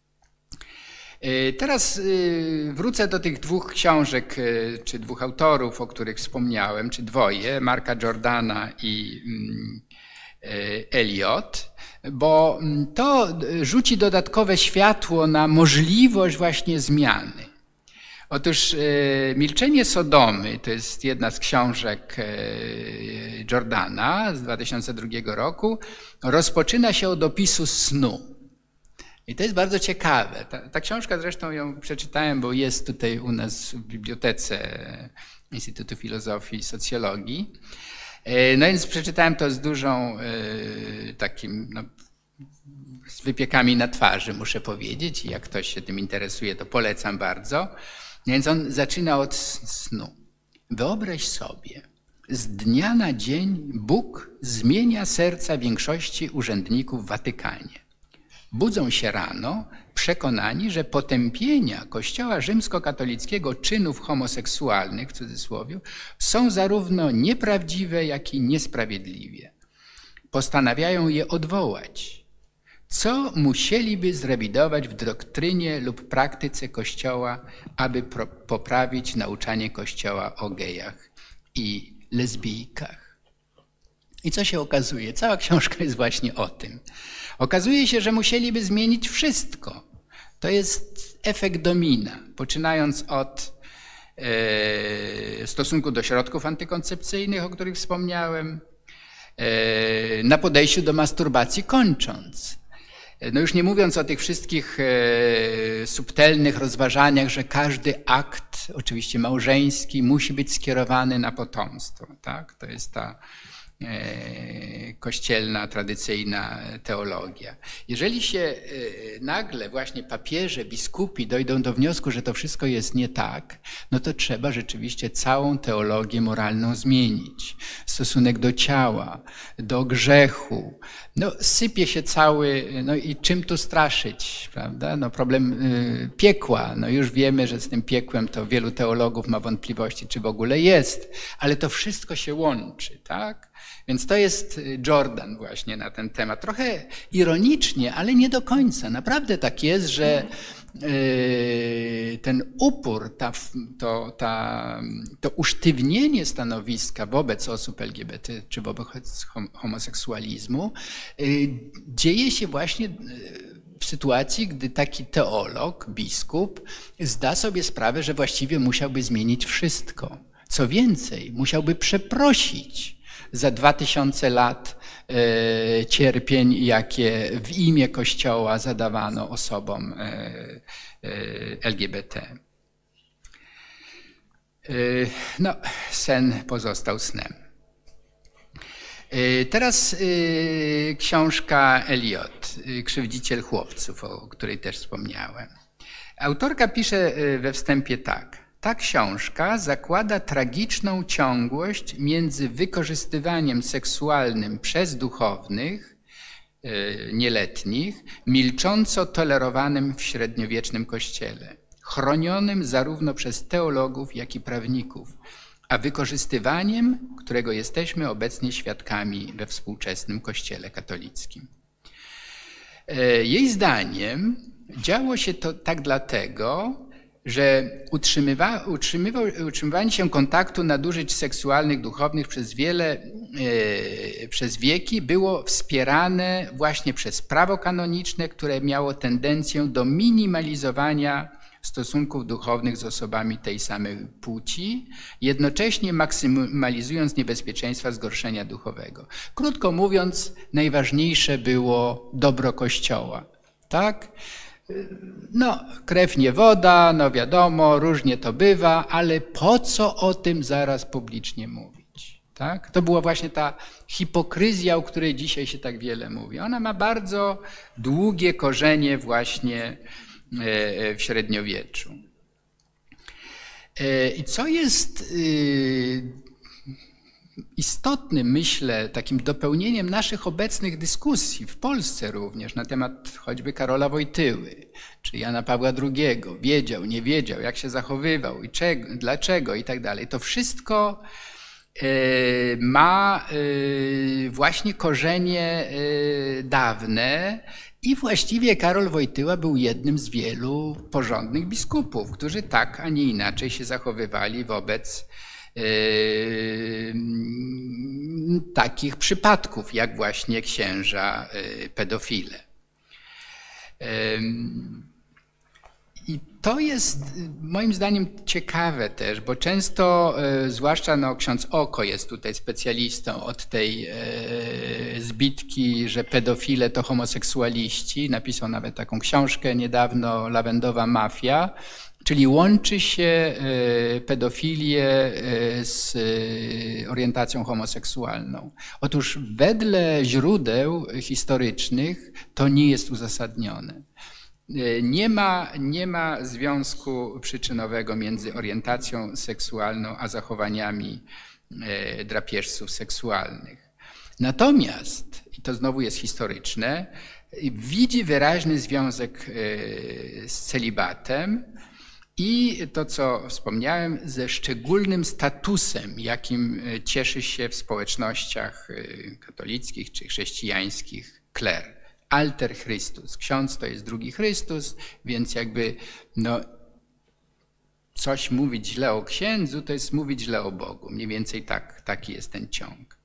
Teraz wrócę do tych dwóch książek, czy dwóch autorów, o których wspomniałem, czy dwoje, Marka Jordana i Eliot, bo to rzuci dodatkowe światło na możliwość właśnie zmiany. Otóż Milczenie Sodomy, to jest jedna z książek Jordana z 2002 roku, rozpoczyna się od opisu snu. I to jest bardzo ciekawe. Ta książka, zresztą ją przeczytałem, bo jest tutaj u nas w bibliotece Instytutu Filozofii i Socjologii. No więc przeczytałem to z dużą takim, no, z wypiekami na twarzy, muszę powiedzieć. I jak ktoś się tym interesuje, to polecam bardzo. Więc on zaczyna od snu. Wyobraź sobie, z dnia na dzień Bóg zmienia serca większości urzędników w Watykanie. Budzą się rano przekonani, że potępienia Kościoła rzymskokatolickiego czynów homoseksualnych, w cudzysłowie, są zarówno nieprawdziwe, jak i niesprawiedliwe. Postanawiają je odwołać. Co musieliby zrewidować w doktrynie lub praktyce Kościoła, aby poprawić nauczanie Kościoła o gejach i lesbijkach? I co się okazuje? Cała książka jest właśnie o tym. Okazuje się, że musieliby zmienić wszystko. To jest efekt domina, poczynając od stosunku do środków antykoncepcyjnych, o których wspomniałem, na podejściu do masturbacji kończąc. No już nie mówiąc o tych wszystkich subtelnych rozważaniach, że każdy akt, oczywiście małżeński, musi być skierowany na potomstwo. Tak? To jest ta kościelna, tradycyjna teologia. Jeżeli się nagle właśnie papieże, biskupi dojdą do wniosku, że to wszystko jest nie tak, no to trzeba rzeczywiście całą teologię moralną zmienić. Stosunek do ciała, do grzechu. No sypie się cały, no i czym tu straszyć, prawda? No problem piekła. No już wiemy, że z tym piekłem to wielu teologów ma wątpliwości, czy w ogóle jest, ale to wszystko się łączy, tak? Więc to jest Jordan właśnie na ten temat. Trochę ironicznie, ale nie do końca. Naprawdę tak jest, że ten upór, to usztywnienie stanowiska wobec osób LGBT czy wobec homoseksualizmu dzieje się właśnie w sytuacji, gdy taki teolog, biskup zda sobie sprawę, że właściwie musiałby zmienić wszystko. Co więcej, musiałby przeprosić za 2000 lat cierpień, jakie w imię Kościoła zadawano osobom LGBT. No, sen pozostał snem. Teraz książka Eliot, Krzywdziciel chłopców, o której też wspomniałem. Autorka pisze we wstępie tak. Ta książka zakłada tragiczną ciągłość między wykorzystywaniem seksualnym przez duchownych, nieletnich, milcząco tolerowanym w średniowiecznym kościele, chronionym zarówno przez teologów, jak i prawników, a wykorzystywaniem, którego jesteśmy obecnie świadkami we współczesnym kościele katolickim. Jej zdaniem działo się to tak dlatego, że utrzymywanie się kontaktu nadużyć seksualnych duchownych przez wieki było wspierane właśnie przez prawo kanoniczne, które miało tendencję do minimalizowania stosunków duchownych z osobami tej samej płci, jednocześnie maksymalizując niebezpieczeństwa zgorszenia duchowego. Krótko mówiąc, najważniejsze było dobro Kościoła, tak? No, krew nie woda, no wiadomo, różnie to bywa, ale po co o tym zaraz publicznie mówić? Tak? To była właśnie ta hipokryzja, o której dzisiaj się tak wiele mówi. Ona ma bardzo długie korzenie właśnie w średniowieczu. I co jest istotnym, myślę, takim dopełnieniem naszych obecnych dyskusji w Polsce również na temat choćby Karola Wojtyły, czy Jana Pawła II, wiedział, nie wiedział, jak się zachowywał i czego, dlaczego i tak dalej. To wszystko ma właśnie korzenie dawne i właściwie Karol Wojtyła był jednym z wielu porządnych biskupów, którzy tak, a nie inaczej się zachowywali wobec takich przypadków, jak właśnie księża pedofile. I to jest moim zdaniem ciekawe też, bo często, zwłaszcza no, ksiądz Oko jest tutaj specjalistą od tej zbitki, że pedofile to homoseksualiści. Napisał nawet taką książkę niedawno, Lawendowa mafia, czyli łączy się pedofilię z orientacją homoseksualną. Otóż wedle źródeł historycznych to nie jest uzasadnione. Nie ma związku przyczynowego między orientacją seksualną a zachowaniami drapieżców seksualnych. Natomiast, i to znowu jest historyczne, widzi wyraźny związek z celibatem i to, co wspomniałem, ze szczególnym statusem, jakim cieszy się w społecznościach katolickich czy chrześcijańskich kler. Alter Chrystus. Ksiądz to jest drugi Chrystus, więc jakby no, coś mówić źle o księdzu, to jest mówić źle o Bogu. Mniej więcej taki jest ten ciąg.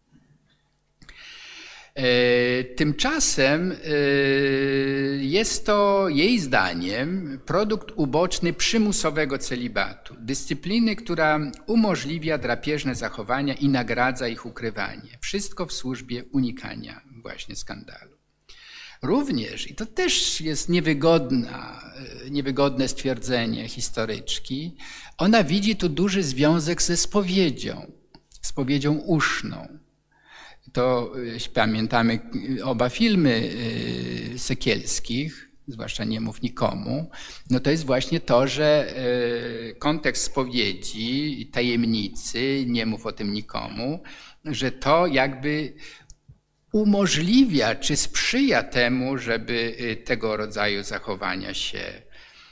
Tymczasem jest to jej zdaniem produkt uboczny przymusowego celibatu, dyscypliny, która umożliwia drapieżne zachowania i nagradza ich ukrywanie. Wszystko w służbie unikania właśnie skandalu. Również, i to też jest niewygodne stwierdzenie historyczki, ona widzi tu duży związek ze spowiedzią uszną. to pamiętamy oba filmy Sekielskich, zwłaszcza Nie mów nikomu, no to jest właśnie to, że kontekst spowiedzi, tajemnicy, nie mów o tym nikomu, że to jakby umożliwia czy sprzyja temu, żeby tego rodzaju zachowania się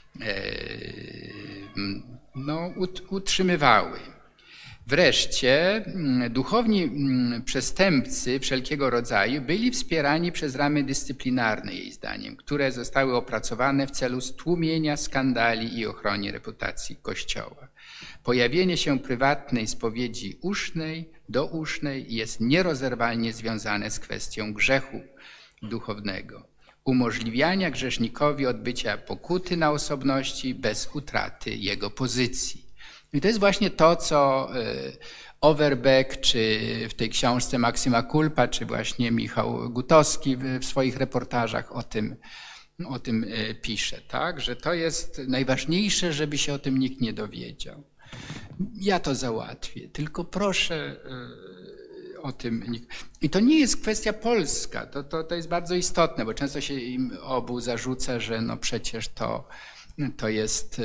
utrzymywały. Wreszcie duchowni przestępcy wszelkiego rodzaju byli wspierani przez ramy dyscyplinarne, jej zdaniem, które zostały opracowane w celu stłumienia skandali i ochrony reputacji Kościoła. Pojawienie się prywatnej spowiedzi usznej, dousznej jest nierozerwalnie związane z kwestią grzechu duchownego, umożliwiania grzesznikowi odbycia pokuty na osobności bez utraty jego pozycji. I to jest właśnie to, co Overbeck, czy w tej książce Maxima Culpa, czy właśnie Michał Gutowski w swoich reportażach o tym pisze, tak? Że to jest najważniejsze, żeby się o tym nikt nie dowiedział. Ja to załatwię, tylko proszę o tym. I to nie jest kwestia polska, to jest bardzo istotne, bo często się im obu zarzuca, że no przecież to jest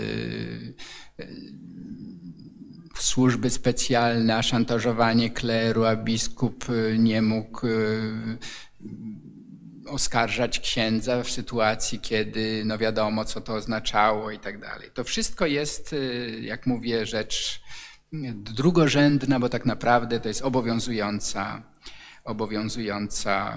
służby specjalne, a szantażowanie kleru, a biskup nie mógł oskarżać księdza w sytuacji, kiedy no wiadomo, co to oznaczało i tak dalej. To wszystko jest, jak mówię, rzecz drugorzędna, bo tak naprawdę to jest obowiązująca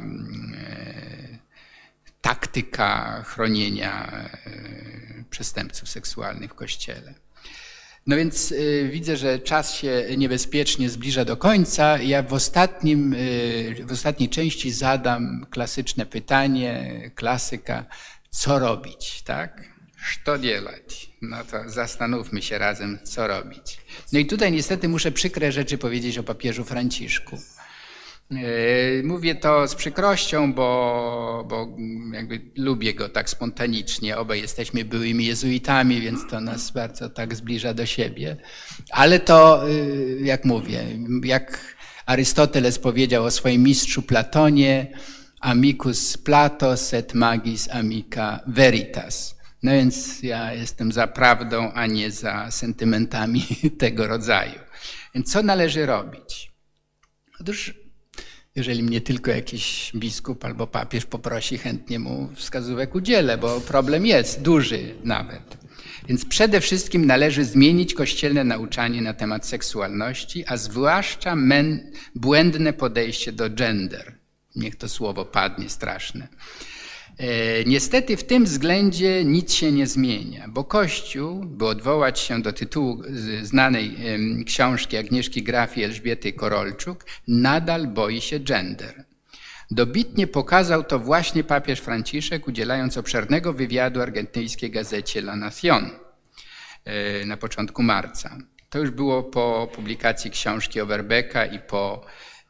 taktyka chronienia przestępców seksualnych w Kościele. No więc widzę, że czas się niebezpiecznie zbliża do końca. Ja w ostatniej części zadam klasyczne pytanie, klasyka, co robić, tak? Co делать? No to zastanówmy się razem, co robić. No i tutaj niestety muszę przykre rzeczy powiedzieć o papieżu Franciszku. Mówię to z przykrością, bo jakby lubię go tak spontanicznie. Obaj jesteśmy byłymi jezuitami, więc to nas bardzo tak zbliża do siebie. Ale to, jak mówię, jak Arystoteles powiedział o swoim mistrzu Platonie, amicus Plato sed magis amica veritas. No więc ja jestem za prawdą, a nie za sentymentami tego rodzaju. Więc co należy robić? Otóż jeżeli mnie tylko jakiś biskup albo papież poprosi, chętnie mu wskazówek udzielę, bo problem jest duży nawet. Więc przede wszystkim należy zmienić kościelne nauczanie na temat seksualności, a zwłaszcza błędne podejście do gender. Niech to słowo padnie straszne. Niestety w tym względzie nic się nie zmienia, bo Kościół, by odwołać się do tytułu znanej książki Agnieszki Graf i Elżbiety Korolczuk, nadal boi się gender. Dobitnie pokazał to właśnie papież Franciszek, udzielając obszernego wywiadu argentyńskiej gazecie La Nación na początku marca. To już było po publikacji książki Overbecka i po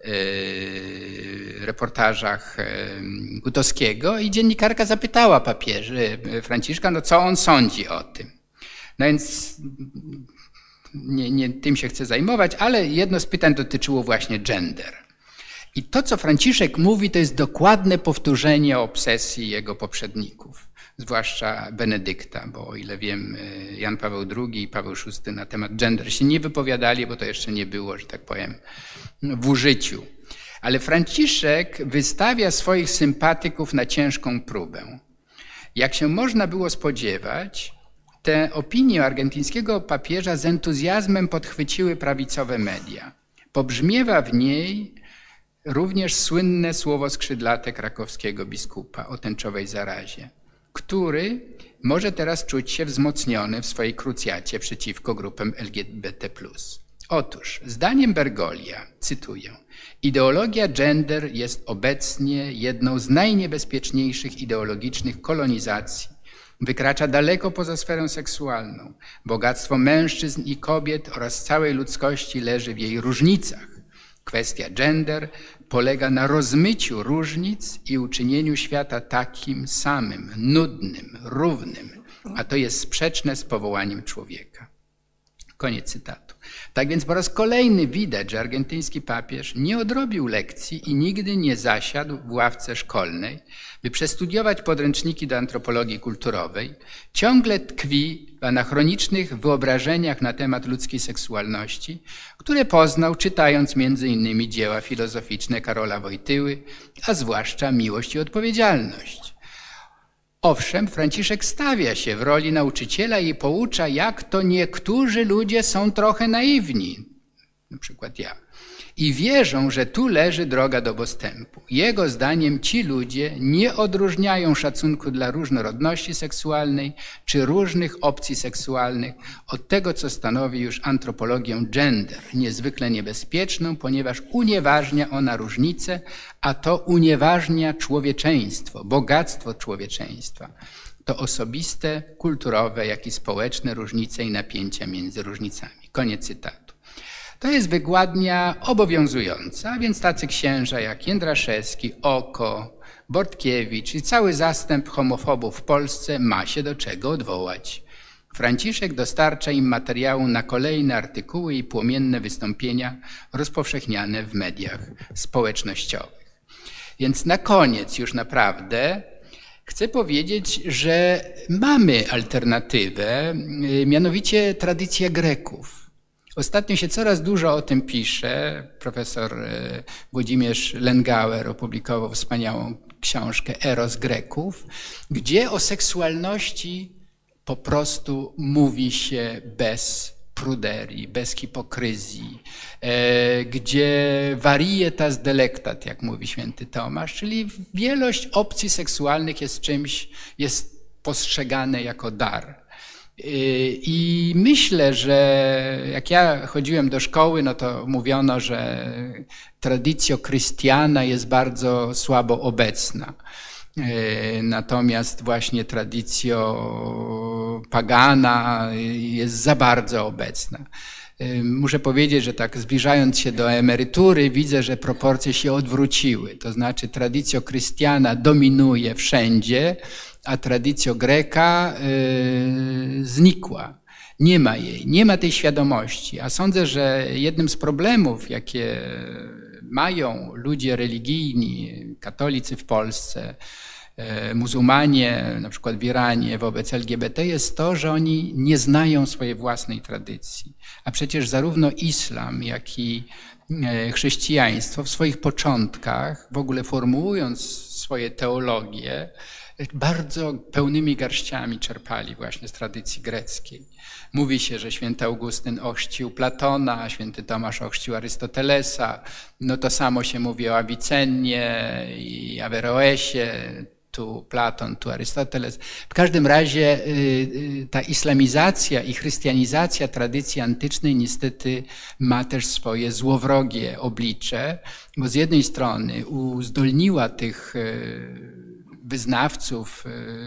reportażach Gutowskiego i dziennikarka zapytała Franciszka, no co on sądzi o tym. No więc nie tym się chcę zajmować, ale jedno z pytań dotyczyło właśnie gender. I to, co Franciszek mówi, to jest dokładne powtórzenie obsesji jego poprzedników, zwłaszcza Benedykta, bo o ile wiem, Jan Paweł II i Paweł VI na temat gender się nie wypowiadali, bo to jeszcze nie było, że tak powiem, w użyciu. Ale Franciszek wystawia swoich sympatyków na ciężką próbę. Jak się można było spodziewać, tę opinię argentyńskiego papieża z entuzjazmem podchwyciły prawicowe media. Pobrzmiewa w niej również słynne słowo skrzydlate krakowskiego biskupa o tęczowej zarazie, który może teraz czuć się wzmocniony w swojej krucjacie przeciwko grupom LGBT+. Otóż, zdaniem Bergoglia, cytuję, ideologia gender jest obecnie jedną z najniebezpieczniejszych ideologicznych kolonizacji. Wykracza daleko poza sferę seksualną. Bogactwo mężczyzn i kobiet oraz całej ludzkości leży w jej różnicach. Kwestia gender polega na rozmyciu różnic i uczynieniu świata takim samym, nudnym, równym, a to jest sprzeczne z powołaniem człowieka. Koniec cytatu. Tak więc po raz kolejny widać, że argentyński papież nie odrobił lekcji i nigdy nie zasiadł w ławce szkolnej, by przestudiować podręczniki do antropologii kulturowej. Ciągle tkwi w anachronicznych wyobrażeniach na temat ludzkiej seksualności, które poznał czytając między innymi dzieła filozoficzne Karola Wojtyły, a zwłaszcza Miłość i odpowiedzialność. Owszem, Franciszek stawia się w roli nauczyciela i poucza, jak to niektórzy ludzie są trochę naiwni, na przykład ja, i wierzą, że tu leży droga do postępu. Jego zdaniem ci ludzie nie odróżniają szacunku dla różnorodności seksualnej czy różnych opcji seksualnych od tego, co stanowi już antropologię gender, niezwykle niebezpieczną, ponieważ unieważnia ona różnice, a to unieważnia człowieczeństwo, bogactwo człowieczeństwa. To osobiste, kulturowe, jak i społeczne różnice i napięcia między różnicami. Koniec cytatu. To jest wykładnia obowiązująca, a więc tacy księża jak Jędraszewski, Oko, Bortkiewicz i cały zastęp homofobów w Polsce ma się do czego odwołać. Franciszek dostarcza im materiału na kolejne artykuły i płomienne wystąpienia rozpowszechniane w mediach społecznościowych. Więc na koniec już naprawdę chcę powiedzieć, że mamy alternatywę, mianowicie tradycja Greków. Ostatnio się coraz dużo o tym pisze. Profesor Włodzimierz Lengauer opublikował wspaniałą książkę Eros Greków, gdzie o seksualności po prostu mówi się bez pruderii, bez hipokryzji, gdzie varietas delectat, jak mówi święty Tomasz, czyli wielość opcji seksualnych jest czymś, jest postrzegane jako dar. I myślę, że jak ja chodziłem do szkoły, no to mówiono, że traditio Christiana jest bardzo słabo obecna. Natomiast właśnie traditio pagana jest za bardzo obecna. Muszę powiedzieć, że tak zbliżając się do emerytury, widzę, że proporcje się odwróciły. To znaczy traditio Christiana dominuje wszędzie, a traditio Greka znikła. Nie ma jej, nie ma tej świadomości. A sądzę, że jednym z problemów, jakie mają ludzie religijni, katolicy w Polsce, muzułmanie, na przykład w Iranie, wobec LGBT, jest to, że oni nie znają swojej własnej tradycji. A przecież zarówno islam, jak i chrześcijaństwo w swoich początkach, w ogóle formułując swoje teologie, bardzo pełnymi garściami czerpali właśnie z tradycji greckiej. Mówi się, że święty Augustyn ochrzcił Platona, święty Tomasz ochrzcił Arystotelesa, no to samo się mówi o Avicennie i Averroesie, tu Platon, tu Arystoteles. W każdym razie ta islamizacja i chrystianizacja tradycji antycznej niestety ma też swoje złowrogie oblicze, bo z jednej strony uzdolniła tych wyznawców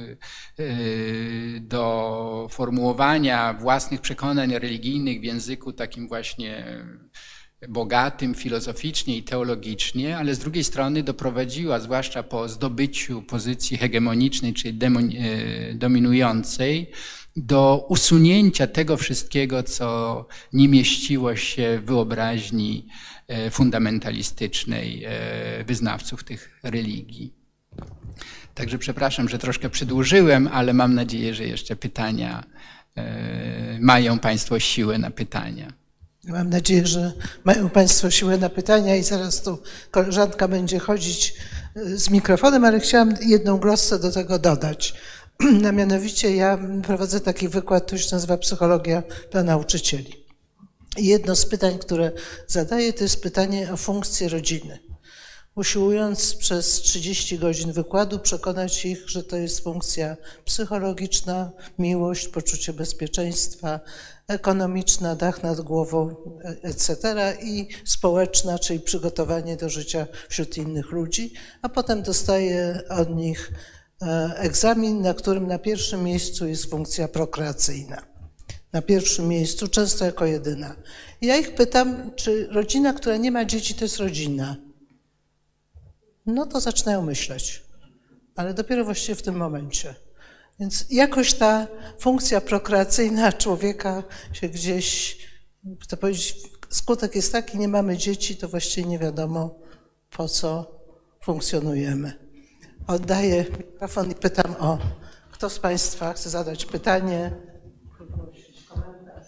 do formułowania własnych przekonań religijnych w języku takim właśnie bogatym filozoficznie i teologicznie, ale z drugiej strony doprowadziła, zwłaszcza po zdobyciu pozycji hegemonicznej, czyli dominującej, do usunięcia tego wszystkiego, co nie mieściło się w wyobraźni fundamentalistycznej wyznawców tych religii. Także przepraszam, że troszkę przedłużyłem, ale mam nadzieję, że jeszcze pytania, mają Państwo siłę na pytania. Mam nadzieję, że mają Państwo siłę na pytania i zaraz tu koleżanka będzie chodzić z mikrofonem, ale chciałam jedną glossę do tego dodać. A mianowicie ja prowadzę taki wykład, to się nazywa Psychologia dla nauczycieli. I jedno z pytań, które zadaję, to jest pytanie o funkcję rodziny. Usiłując przez 30 godzin wykładu przekonać ich, że to jest funkcja psychologiczna, miłość, poczucie bezpieczeństwa, ekonomiczna, dach nad głową, etc. i społeczna, czyli przygotowanie do życia wśród innych ludzi, a potem dostaję od nich egzamin, na którym na pierwszym miejscu jest funkcja prokreacyjna. Na pierwszym miejscu, często jako jedyna. I ja ich pytam, czy rodzina, która nie ma dzieci, to jest rodzina? No to zaczynają myśleć, ale dopiero właściwie w tym momencie. Więc jakoś ta funkcja prokreacyjna człowieka się gdzieś, to powiedzieć, skutek jest taki, nie mamy dzieci, to właściwie nie wiadomo, po co funkcjonujemy. Oddaję mikrofon i pytam kto z Państwa chce zadać pytanie, komentarz.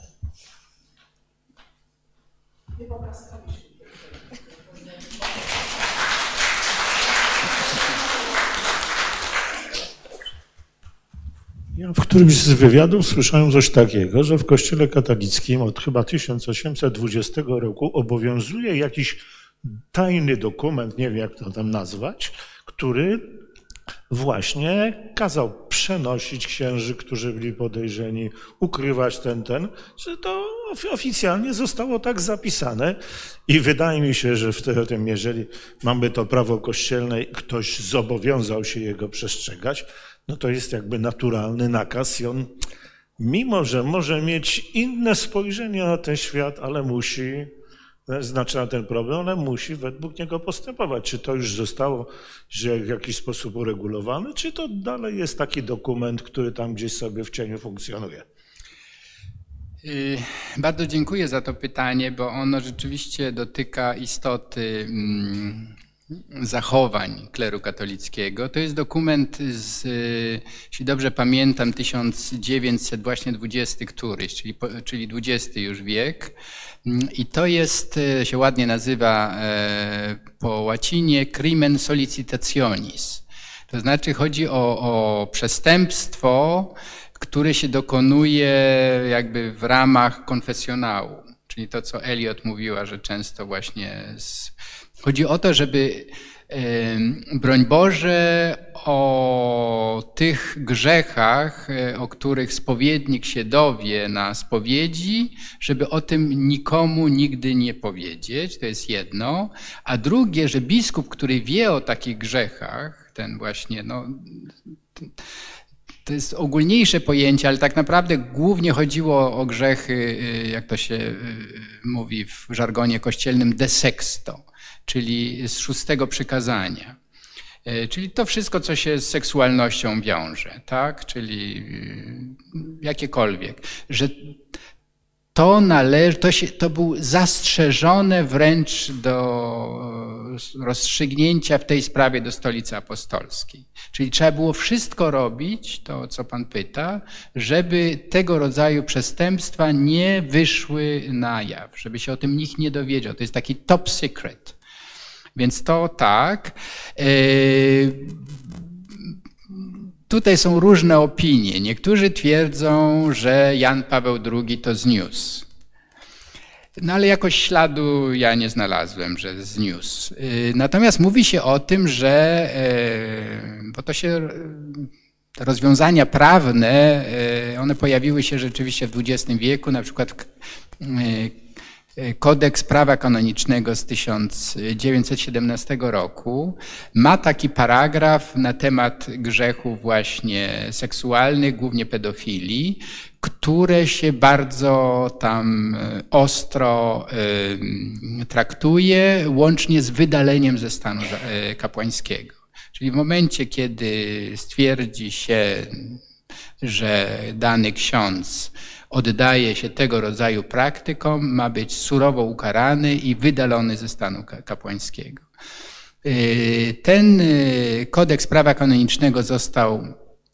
Nie popaskaliśmy. Ja w którymś z wywiadów słyszałem coś takiego, że w Kościele katolickim od chyba 1820 roku obowiązuje jakiś tajny dokument, nie wiem jak to tam nazwać, który właśnie kazał przenosić księży, którzy byli podejrzeni, ukrywać że to oficjalnie zostało tak zapisane i wydaje mi się, że w tym, jeżeli mamy to prawo kościelne i ktoś zobowiązał się jego przestrzegać, no to jest jakby naturalny nakaz i on, mimo że może mieć inne spojrzenie na ten świat, ale musi, znaczy na ten problem, ale musi według niego postępować. Czy to już zostało w jakiś sposób uregulowane, czy to dalej jest taki dokument, który tam gdzieś sobie w cieniu funkcjonuje? Bardzo dziękuję za to pytanie, bo ono rzeczywiście dotyka istoty zachowań kleru katolickiego. To jest dokument jeśli dobrze pamiętam, 1920 któryś, czyli XX już wiek. I to jest, się ładnie nazywa po łacinie crimen sollicitationis. To znaczy chodzi o przestępstwo, które się dokonuje jakby w ramach konfesjonału. Czyli to, co Eliot mówiła, że często właśnie chodzi o to, żeby, broń Boże, o tych grzechach, o których spowiednik się dowie na spowiedzi, żeby o tym nikomu nigdy nie powiedzieć, to jest jedno. A drugie, że biskup, który wie o takich grzechach, ten właśnie, to jest ogólniejsze pojęcie, ale tak naprawdę głównie chodziło o grzechy, jak to się mówi w żargonie kościelnym, de sexto, czyli z 6 przykazania. Czyli to wszystko, co się z seksualnością wiąże, tak? Czyli jakiekolwiek. Że to było zastrzeżone wręcz do rozstrzygnięcia w tej sprawie do Stolicy Apostolskiej. Czyli trzeba było wszystko robić, to co Pan pyta, żeby tego rodzaju przestępstwa nie wyszły na jaw, żeby się o tym nikt nie dowiedział. To jest taki top secret. Więc to tak. Tutaj są różne opinie. Niektórzy twierdzą, że Jan Paweł II to zniósł. No ale jakoś śladu ja nie znalazłem, że zniósł. Natomiast mówi się o tym, że, bo to się, te rozwiązania prawne, one pojawiły się rzeczywiście w XX wieku, na przykład Kodeks prawa kanonicznego z 1917 roku ma taki paragraf na temat grzechów właśnie seksualnych, głównie pedofilii, które się bardzo tam ostro traktuje, łącznie z wydaleniem ze stanu kapłańskiego. Czyli w momencie, kiedy stwierdzi się, że dany ksiądz oddaje się tego rodzaju praktykom, ma być surowo ukarany i wydalony ze stanu kapłańskiego. Ten kodeks prawa kanonicznego został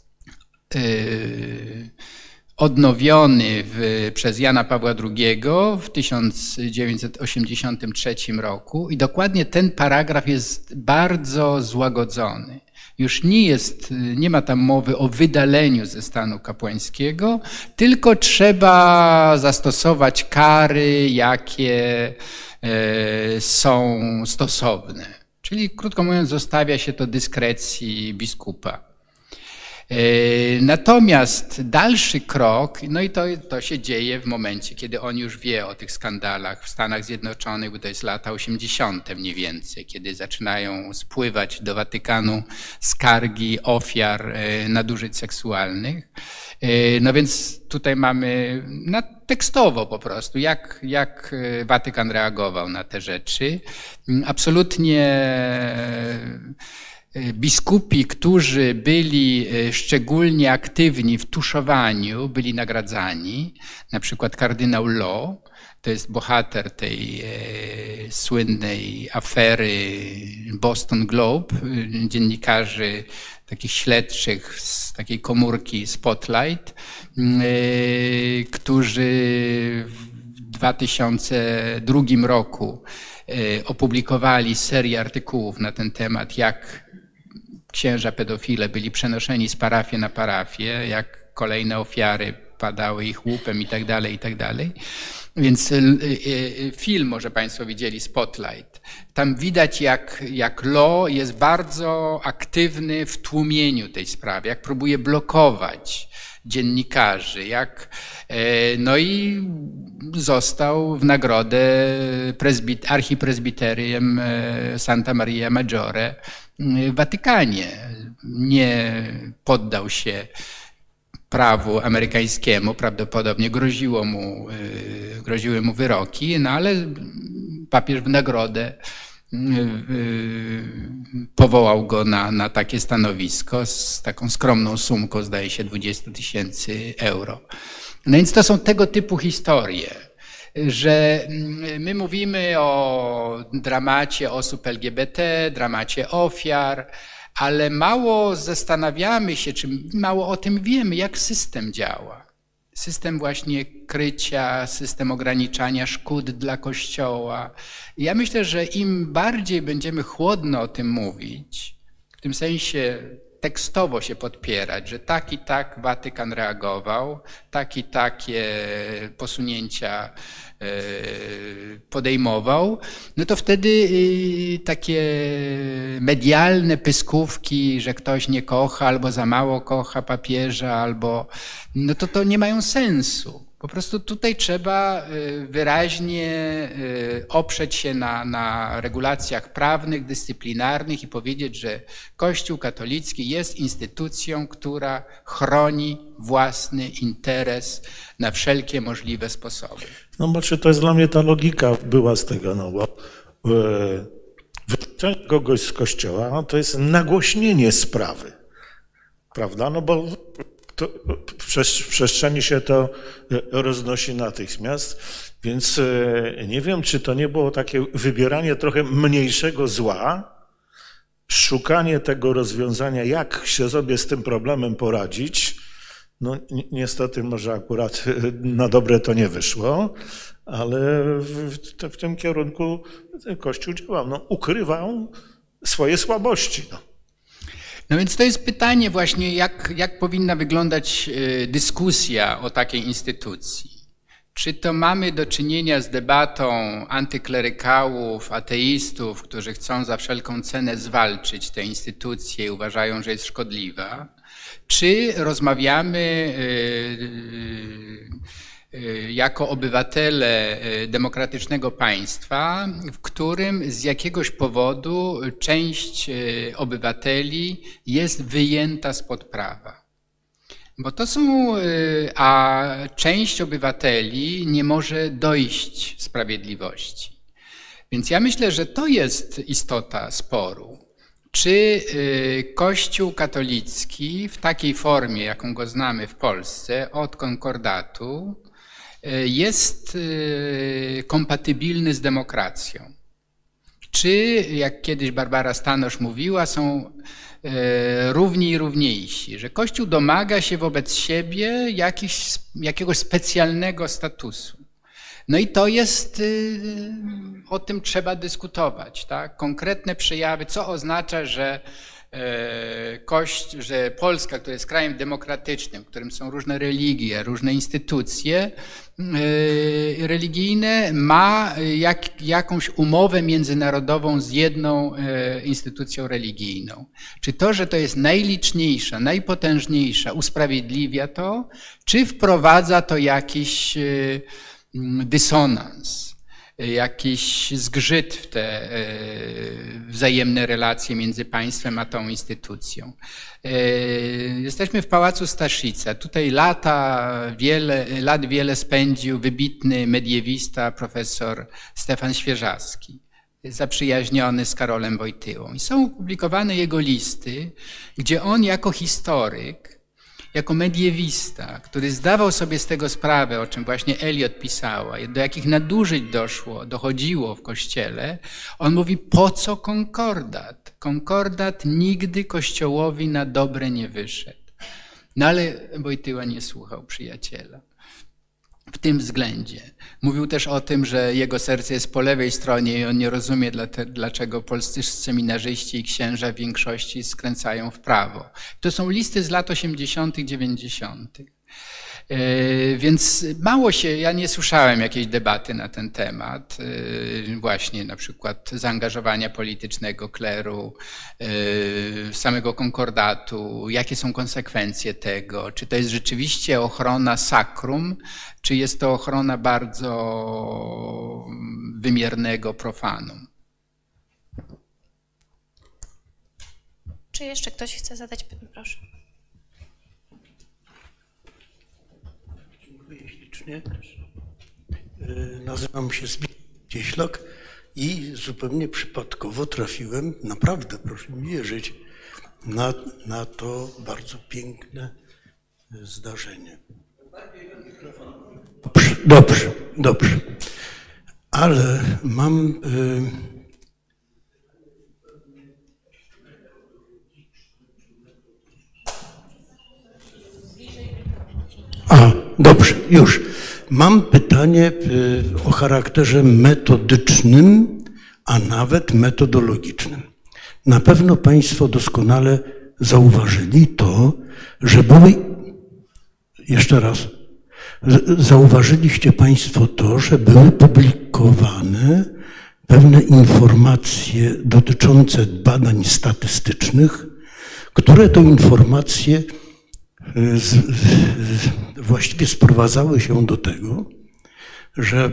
odnowiony przez Jana Pawła II w 1983 roku i dokładnie ten paragraf jest bardzo złagodzony. Już nie ma tam mowy o wydaleniu ze stanu kapłańskiego, tylko trzeba zastosować kary, jakie są stosowne. Czyli krótko mówiąc, zostawia się to dyskrecji biskupa. Natomiast dalszy krok, no i to się dzieje w momencie, kiedy on już wie o tych skandalach w Stanach Zjednoczonych, bo to jest lata 80. mniej więcej, kiedy zaczynają spływać do Watykanu skargi ofiar nadużyć seksualnych. No więc tutaj mamy tekstowo po prostu, jak Watykan reagował na te rzeczy. Absolutnie biskupi, którzy byli szczególnie aktywni w tuszowaniu, byli nagradzani. Na przykład kardynał Law, to jest bohater tej słynnej afery Boston Globe, dziennikarzy takich śledczych z takiej komórki Spotlight, którzy w 2002 roku opublikowali serię artykułów na ten temat, jak księża pedofile byli przenoszeni z parafii na parafię, jak kolejne ofiary padały ich łupem i tak dalej. Więc film, może Państwo widzieli, Spotlight. Tam widać, jak Law jest bardzo aktywny w tłumieniu tej sprawy, jak próbuje blokować dziennikarzy, no i został w nagrodę archipresbiteriem Santa Maria Maggiore w Watykanie. Nie poddał się prawu amerykańskiemu, prawdopodobnie groziły mu wyroki, no ale papież w nagrodę powołał go na takie stanowisko z taką skromną sumką, zdaje się 20 000 euro. No więc to są tego typu historie, że my mówimy o dramacie osób LGBT, dramacie ofiar, ale mało zastanawiamy się, czy mało o tym wiemy, jak system działa. System właśnie krycia, system ograniczania szkód dla Kościoła. Ja myślę, że im bardziej będziemy chłodno o tym mówić, w tym sensie tekstowo się podpierać, że tak i tak Watykan reagował, tak i takie posunięcia podejmował, no to wtedy takie medialne pyskówki, że ktoś nie kocha albo za mało kocha papieża, albo no to nie mają sensu. Po prostu tutaj trzeba wyraźnie oprzeć się na regulacjach prawnych, dyscyplinarnych i powiedzieć, że Kościół katolicki jest instytucją, która chroni własny interes na wszelkie możliwe sposoby. No bo czy to jest dla mnie ta logika była z tego, no bo wykluczenie kogoś z Kościoła to jest nagłośnienie sprawy, prawda? No bo to w przestrzeni się to roznosi natychmiast, więc nie wiem, czy to nie było takie wybieranie trochę mniejszego zła, szukanie tego rozwiązania, jak się sobie z tym problemem poradzić. No niestety może akurat na dobre to nie wyszło, ale w tym kierunku Kościół działał, no, ukrywał swoje słabości. No więc to jest pytanie właśnie, jak powinna wyglądać dyskusja o takiej instytucji. Czy to mamy do czynienia z debatą antyklerykałów, ateistów, którzy chcą za wszelką cenę zwalczyć tę instytucję i uważają, że jest szkodliwa? Czy rozmawiamy jako obywatele demokratycznego państwa, w którym z jakiegoś powodu część obywateli jest wyjęta spod prawa? Bo to są, a część obywateli nie może dojść sprawiedliwości. Więc ja myślę, że to jest istota sporu. Czy Kościół katolicki w takiej formie, jaką go znamy w Polsce, od konkordatu, jest kompatybilny z demokracją? Czy, jak kiedyś Barbara Stanosz mówiła, są równi i równiejsi, że Kościół domaga się wobec siebie jakiegoś specjalnego statusu? No i to jest, o tym trzeba dyskutować, tak? Konkretne przejawy, co oznacza, że że Polska, która jest krajem demokratycznym, w którym są różne religie, różne instytucje religijne, ma jakąś umowę międzynarodową z jedną instytucją religijną. Czy to, że to jest najliczniejsza, najpotężniejsza, usprawiedliwia to, czy wprowadza to jakiś dysonans, jakiś zgrzyt w te wzajemne relacje między państwem a tą instytucją. Jesteśmy w Pałacu Staszica. Tutaj lat wiele spędził wybitny mediewista, profesor Stefan Świeżawski. zaprzyjaźniony z Karolem Wojtyłą. I są opublikowane jego listy, gdzie on jako historyk, jako mediewista, który zdawał sobie z tego sprawę, o czym właśnie Eliot pisała, do jakich nadużyć dochodziło w Kościele, on mówi, po co konkordat? Konkordat nigdy Kościołowi na dobre nie wyszedł. No ale Wojtyła nie słuchał przyjaciela w tym względzie. Mówił też o tym, że jego serce jest po lewej stronie i on nie rozumie, dlaczego polscy seminarzyści i księża w większości skręcają w prawo. To są listy z lat 80., 90. Więc mało się, ja nie słyszałem jakiejś debaty na ten temat, właśnie na przykład zaangażowania politycznego kleru, samego konkordatu, jakie są konsekwencje tego, czy to jest rzeczywiście ochrona sakrum, czy jest to ochrona bardzo wymiernego profanum. Czy jeszcze ktoś chce zadać pytanie? Proszę. Dziękuję ślicznie. Nazywam się Zbigniew Cieślak i zupełnie przypadkowo trafiłem, naprawdę proszę mi wierzyć, na to bardzo piękne zdarzenie. Dobrze. Ale mam... Dobrze, już. Mam pytanie o charakterze metodycznym, a nawet metodologicznym. Na pewno Państwo doskonale zauważyli to, że były... Jeszcze raz. Zauważyliście Państwo to, że były publikowane pewne informacje dotyczące badań statystycznych, które to informacje właściwie sprowadzały się do tego, że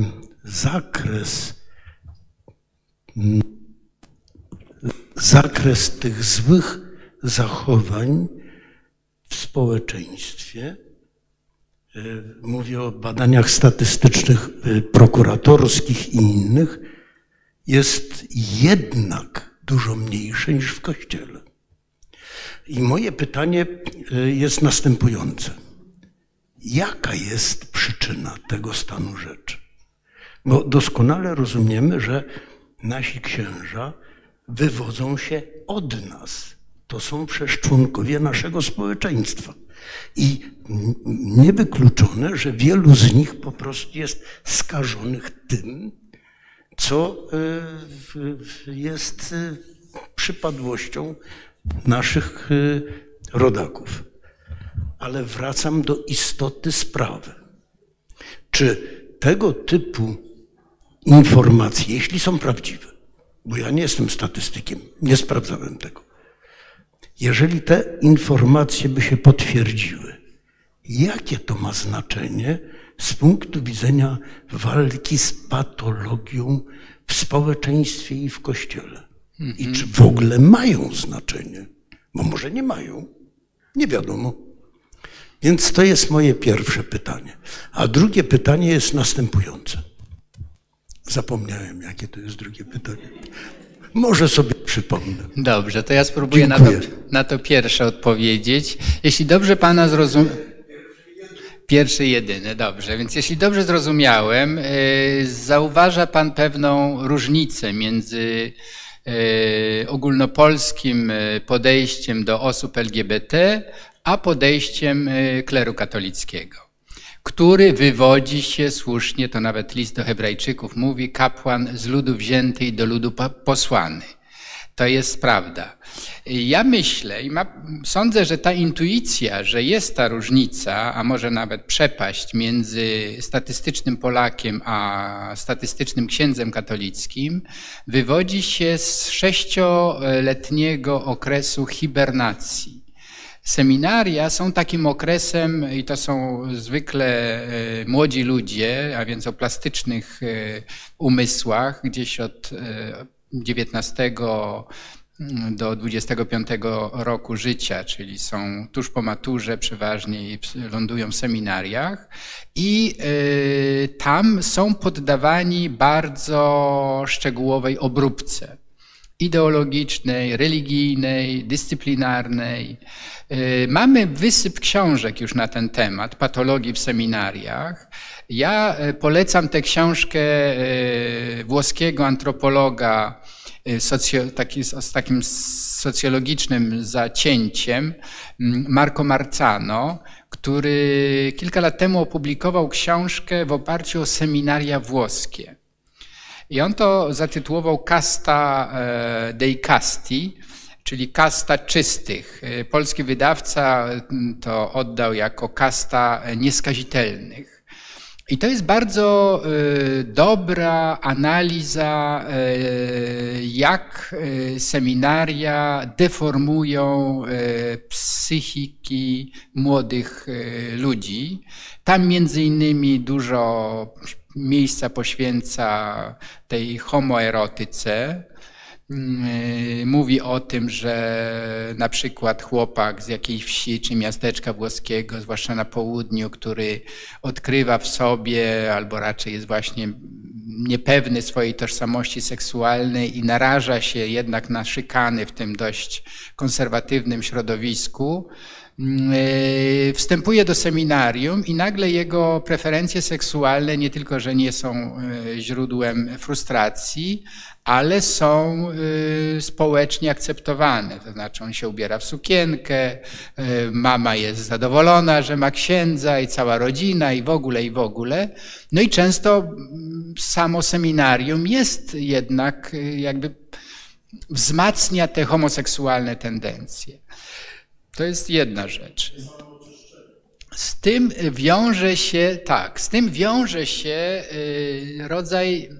zakres tych złych zachowań w społeczeństwie, mówię o badaniach statystycznych, prokuratorskich i innych, jest jednak dużo mniejsze niż w Kościele. I moje pytanie jest następujące. Jaka jest przyczyna tego stanu rzeczy? Bo doskonale rozumiemy, że nasi księża wywodzą się od nas. To są przecież członkowie naszego społeczeństwa. I niewykluczone, że wielu z nich po prostu jest skażonych tym, co jest przypadłością naszych rodaków. Ale wracam do istoty sprawy. Czy tego typu informacje, jeśli są prawdziwe, bo ja nie jestem statystykiem, nie sprawdzałem tego, jeżeli te informacje by się potwierdziły, jakie to ma znaczenie z punktu widzenia walki z patologią w społeczeństwie i w Kościele? I czy w ogóle mają znaczenie? Bo może nie mają, nie wiadomo. Więc to jest moje pierwsze pytanie. A drugie pytanie jest następujące. Zapomniałem, jakie to jest drugie pytanie. Może sobie przypomnę. Dobrze, to ja spróbuję na to pierwsze odpowiedzieć. Jeśli dobrze Pana zrozumiałem... Pierwszy, jedyny, dobrze. Więc jeśli dobrze zrozumiałem, zauważa Pan pewną różnicę między ogólnopolskim podejściem do osób LGBT, a podejściem kleru katolickiego, który wywodzi się słusznie, to nawet list do Hebrajczyków mówi, kapłan z ludu wzięty i do ludu posłany. To jest prawda. Ja myślę i sądzę, że ta intuicja, że jest ta różnica, a może nawet przepaść między statystycznym Polakiem a statystycznym księdzem katolickim, wywodzi się z 6-letniego okresu hibernacji. Seminaria są takim okresem, i to są zwykle młodzi ludzie, a więc o plastycznych umysłach, gdzieś od XIX do 25 roku życia, czyli są tuż po maturze przeważnie i lądują w seminariach i tam są poddawani bardzo szczegółowej obróbce ideologicznej, religijnej, dyscyplinarnej. Mamy wysyp książek już na ten temat, patologii w seminariach. Ja polecam tę książkę włoskiego antropologa z takim socjologicznym zacięciem, Marco Marzano, który kilka lat temu opublikował książkę w oparciu o seminaria włoskie. I on to zatytułował Casta dei Casti, czyli kasta czystych. Polski wydawca to oddał jako kasta nieskazitelnych. I to jest bardzo dobra analiza, jak seminaria deformują psychiki młodych ludzi. Tam między innymi dużo miejsca poświęca tej homoerotyce. Mówi o tym, że na przykład chłopak z jakiejś wsi czy miasteczka włoskiego, zwłaszcza na południu, który odkrywa w sobie, albo raczej jest właśnie niepewny swojej tożsamości seksualnej i naraża się jednak na szykany w tym dość konserwatywnym środowisku, wstępuje do seminarium i nagle jego preferencje seksualne nie tylko, że nie są źródłem frustracji, ale są społecznie akceptowane. To znaczy on się ubiera w sukienkę, mama jest zadowolona, że ma księdza i cała rodzina i w ogóle, i w ogóle. No i często samo seminarium jest jednak jakby wzmacnia te homoseksualne tendencje. To jest jedna rzecz. Z tym wiąże się rodzaj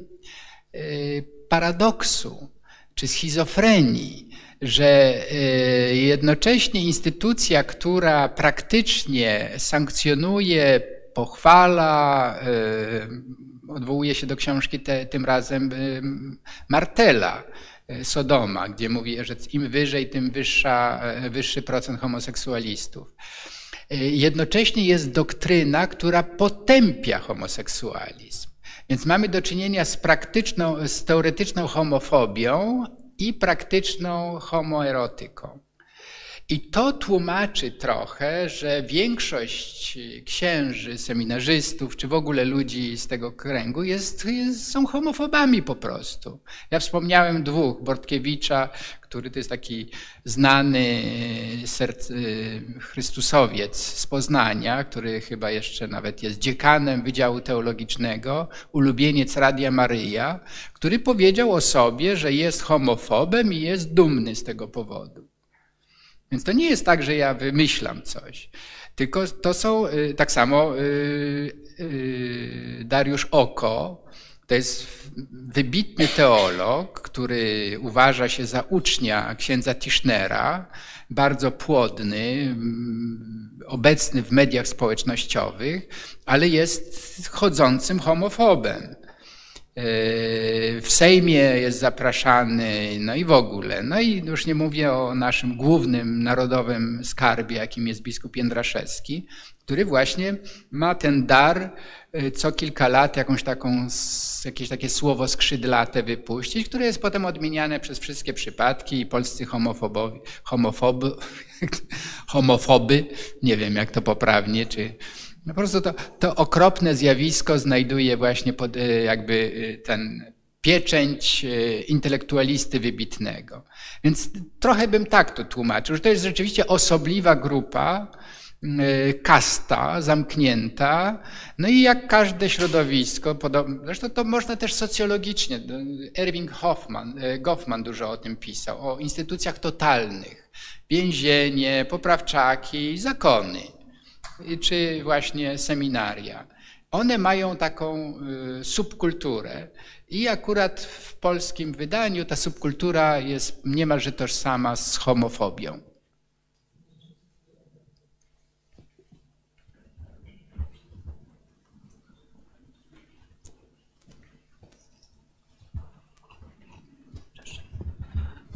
paradoksu czy schizofrenii, że jednocześnie instytucja, która praktycznie sankcjonuje, pochwala, odwołuje się do książki tym razem Martela, Sodoma, gdzie mówi, że im wyżej, tym wyższy procent homoseksualistów. Jednocześnie jest doktryna, która potępia homoseksualizm. Więc mamy do czynienia z teoretyczną homofobią i praktyczną homoerotyką. I to tłumaczy trochę, że większość księży, seminarzystów, czy w ogóle ludzi z tego kręgu są homofobami po prostu. Ja wspomniałem dwóch, Bortkiewicza, który to jest taki znany chrystusowiec z Poznania, który chyba jeszcze nawet jest dziekanem Wydziału Teologicznego, ulubieniec Radia Maryja, który powiedział o sobie, że jest homofobem i jest dumny z tego powodu. Więc to nie jest tak, że ja wymyślam coś, tylko to są tak samo Dariusz Oko, to jest wybitny teolog, który uważa się za ucznia księdza Tischnera, bardzo płodny, obecny w mediach społecznościowych, ale jest chodzącym homofobem. W Sejmie jest zapraszany, no i w ogóle. No i już nie mówię o naszym głównym narodowym skarbie, jakim jest biskup Jędraszewski, który właśnie ma ten dar co kilka lat jakieś takie słowo skrzydlate wypuścić, które jest potem odmieniane przez wszystkie przypadki i polscy homofoby, nie wiem jak to poprawnie, czy no po prostu to okropne zjawisko znajduje właśnie jakby ten pieczęć intelektualisty wybitnego. Więc trochę bym tak to tłumaczył, że to jest rzeczywiście osobliwa grupa, kasta zamknięta, no i jak każde środowisko, zresztą to można też socjologicznie, Erving Goffman dużo o tym pisał, o instytucjach totalnych, więzienie, poprawczaki, zakony, czy właśnie seminaria. One mają taką subkulturę i akurat w polskim wydaniu ta subkultura jest niemalże tożsama z homofobią.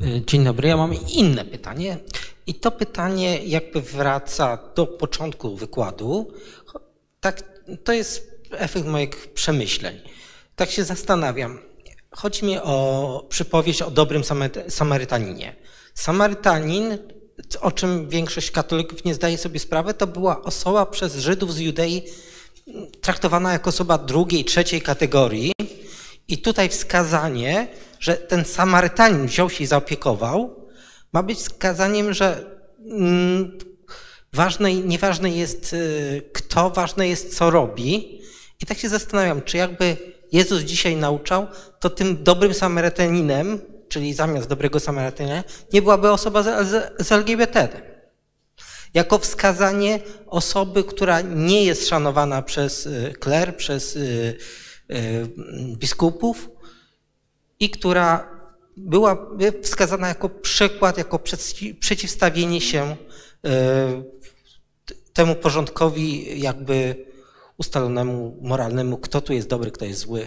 Dzień dobry, ja mam inne pytanie i to pytanie jakby wraca do początku wykładu. Tak, to jest efekt moich przemyśleń. Tak się zastanawiam. Chodzi mi o przypowieść o dobrym Samarytaninie. Samarytanin, o czym większość katolików nie zdaje sobie sprawy, to była osoba przez Żydów z Judei traktowana jako osoba drugiej, trzeciej kategorii. I tutaj wskazanie, że ten Samarytanin wziął się i zaopiekował, ma być wskazaniem, że nieważne jest kto, ważne jest co robi. I tak się zastanawiam, czy jakby Jezus dzisiaj nauczał, to tym dobrym Samarytaninem, czyli zamiast dobrego Samarytanina, nie byłaby osoba z LGBT. Jako wskazanie osoby, która nie jest szanowana przez kler, przez biskupów i która byłaby wskazana jako przykład, jako przeciwstawienie się temu porządkowi jakby ustalonemu, moralnemu, kto tu jest dobry, kto jest zły.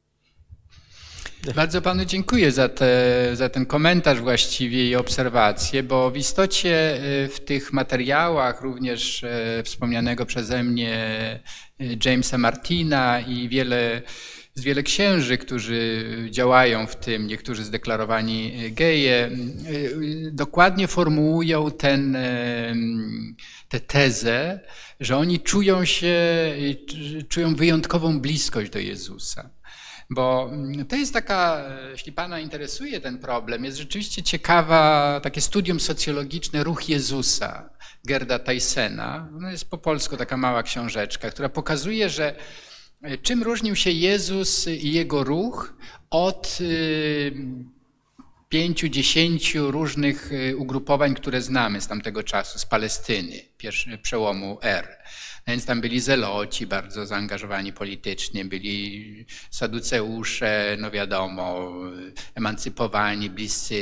Bardzo panu dziękuję za ten komentarz właściwie i obserwację, bo w istocie w tych materiałach również wspomnianego przeze mnie Jamesa Martina i wiele księży, którzy działają w tym, niektórzy zdeklarowani geje, dokładnie formułują tę tezę, że oni czują wyjątkową bliskość do Jezusa. Bo to jest taka, jeśli pana interesuje ten problem, jest rzeczywiście ciekawa, takie studium socjologiczne Ruch Jezusa Gerda Tysena. No jest po polsku taka mała książeczka, która pokazuje, że czym różnił się Jezus i Jego ruch od 5-10 różnych ugrupowań, które znamy z tamtego czasu, z Palestyny, przełomu R. Więc tam byli zeloci, bardzo zaangażowani politycznie, byli saduceusze, no wiadomo, emancypowani, bliscy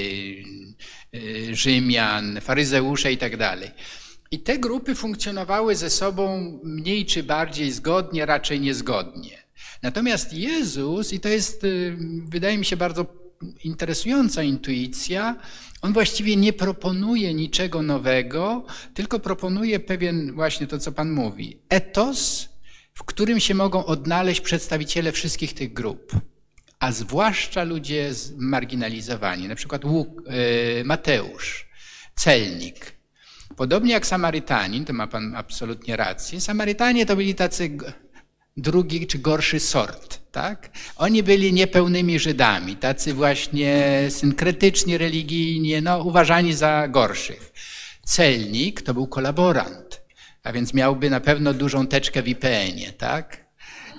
Rzymian, faryzeusze i tak dalej. I te grupy funkcjonowały ze sobą mniej czy bardziej zgodnie, raczej niezgodnie. Natomiast Jezus, i to jest, wydaje mi się, bardzo interesująca intuicja, on właściwie nie proponuje niczego nowego, tylko proponuje pewien, właśnie to co pan mówi, etos, w którym się mogą odnaleźć przedstawiciele wszystkich tych grup, a zwłaszcza ludzie zmarginalizowani, na przykład Mateusz, celnik. Podobnie jak Samarytanin, to ma pan absolutnie rację, Samarytanie to byli tacy drugi czy gorszy sort, tak? Oni byli niepełnymi Żydami, tacy właśnie synkretyczni, religijnie, no uważani za gorszych. Celnik to był kolaborant, a więc miałby na pewno dużą teczkę w IPN-ie, tak?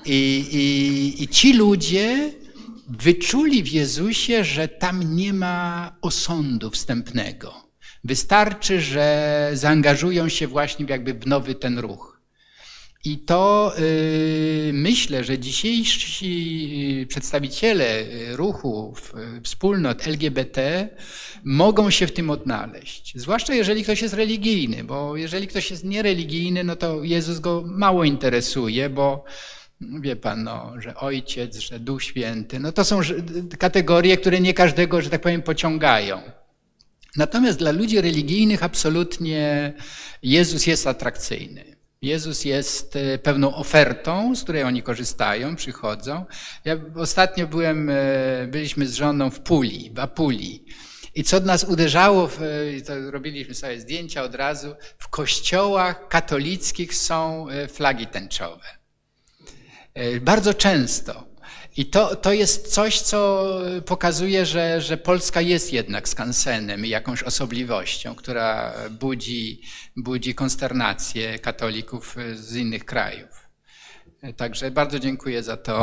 I ci ludzie wyczuli w Jezusie, że tam nie ma osądu wstępnego. Wystarczy, że zaangażują się właśnie jakby w nowy ten ruch. I to myślę, że dzisiejsi przedstawiciele ruchów, wspólnot LGBT mogą się w tym odnaleźć. Zwłaszcza jeżeli ktoś jest religijny, bo jeżeli ktoś jest niereligijny, no to Jezus go mało interesuje, bo wie pan, no, że Ojciec, że Duch Święty, no to są kategorie, które nie każdego, że tak powiem, pociągają. Natomiast dla ludzi religijnych absolutnie Jezus jest atrakcyjny. Jezus jest pewną ofertą, z której oni korzystają, przychodzą. Ja ostatnio byliśmy z żoną w Apulii. I co nas uderzało, to robiliśmy sobie zdjęcia od razu, w kościołach katolickich są flagi tęczowe. Bardzo często. I to jest coś, co pokazuje, że Polska jest jednak skansenem i jakąś osobliwością, która budzi konsternację katolików z innych krajów. Także bardzo dziękuję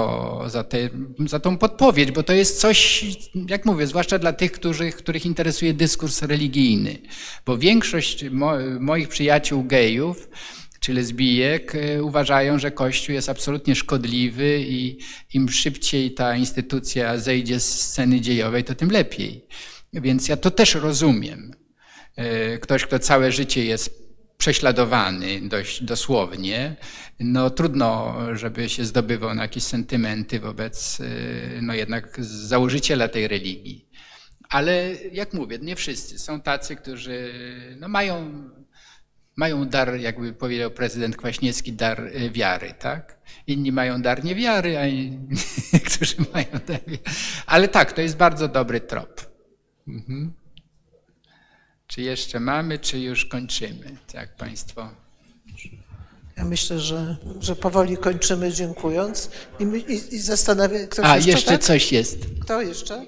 za tą podpowiedź, bo to jest coś, jak mówię, zwłaszcza dla tych, których interesuje dyskurs religijny. Bo większość moich przyjaciół gejów czy lesbijek uważają, że Kościół jest absolutnie szkodliwy i im szybciej ta instytucja zejdzie z sceny dziejowej, to tym lepiej. Więc ja to też rozumiem. Ktoś, kto całe życie jest prześladowany dość dosłownie, no trudno, żeby się zdobywał na jakieś sentymenty wobec no jednak założyciela tej religii. Ale jak mówię, nie wszyscy. Są tacy, którzy no mają dar, jakby powiedział prezydent Kwaśniewski, dar wiary, tak? Inni mają dar niewiary, a niektórzy mają dar wiary. Ale tak, to jest bardzo dobry trop. Mhm. Czy jeszcze mamy, czy już kończymy, jak państwo? Ja myślę, że powoli kończymy, dziękując. I zastanawiam się. A, jeszcze tak? Coś jest. Kto jeszcze?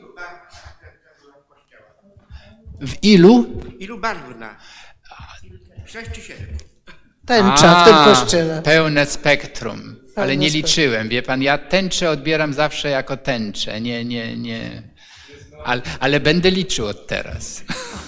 W ilu? Ilu barwna? 6 czy 7? Tęcza w tym kościele. Pełne spektrum. Ale nie spektrum. liczyłem, wie pan, ja tęczę odbieram zawsze jako tęczę. Nie. Ale będę liczył od teraz.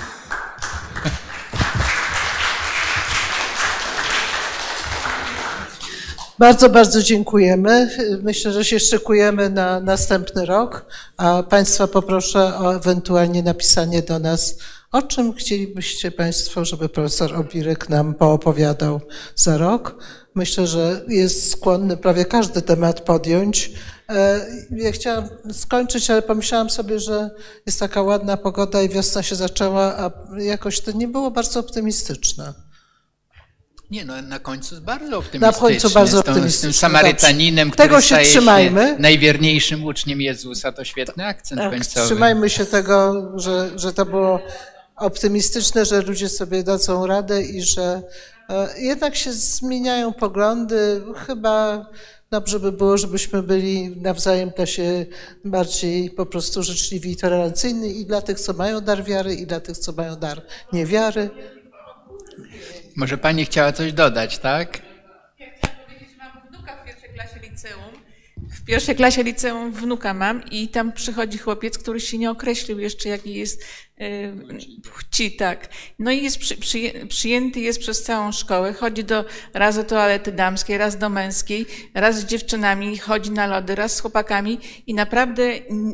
Bardzo, bardzo dziękujemy. Myślę, że się szykujemy na następny rok, a państwa poproszę o ewentualnie napisanie do nas, o czym chcielibyście państwo, żeby profesor Obirek nam poopowiadał za rok. Myślę, że jest skłonny prawie każdy temat podjąć. Ja chciałam skończyć, ale pomyślałam sobie, że jest taka ładna pogoda i wiosna się zaczęła, a jakoś to nie było bardzo optymistyczne. Nie, no na końcu jest bardzo optymistyczny. Na końcu bardzo z tym optymistyczny. Samarytaninem, Dobrze. który Tego się staje trzymajmy. się najwierniejszym uczniem Jezusa. To świetny akcent Tak, końcowy. trzymajmy się tego, że to było optymistyczne, że ludzie sobie dadzą radę i że jednak się zmieniają poglądy. Chyba dobrze by było, żebyśmy byli nawzajem dla siebie bardziej po prostu życzliwi i tolerancyjni i dla tych, co mają dar wiary, i dla tych, co mają dar niewiary. Może pani chciała coś dodać, tak? Ja chciałam powiedzieć, że mam wnuka w pierwszej klasie liceum. W pierwszej klasie liceum wnuka mam i tam przychodzi chłopiec, który się nie określił jeszcze, jaki jest płci, tak. No i jest przyjęty jest przez całą szkołę, chodzi raz do toalety damskiej, raz do męskiej, raz z dziewczynami, chodzi na lody, raz z chłopakami i naprawdę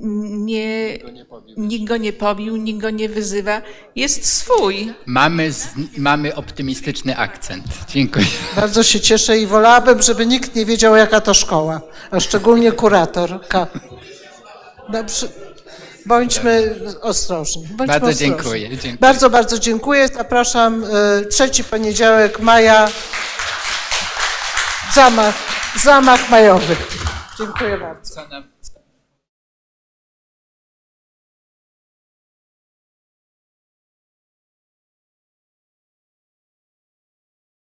nikt go nie pobił, nikt go nie wyzywa. Jest swój. Mamy optymistyczny akcent. Dziękuję. Bardzo się cieszę i wolałabym, żeby nikt nie wiedział, jaka to szkoła, a szczególnie kuratorka. Dobrze. Bądźmy ostrożni. Bardzo dziękuję. Bardzo, bardzo dziękuję. Zapraszam 3. poniedziałek maja. Zamach majowy. Dziękuję bardzo.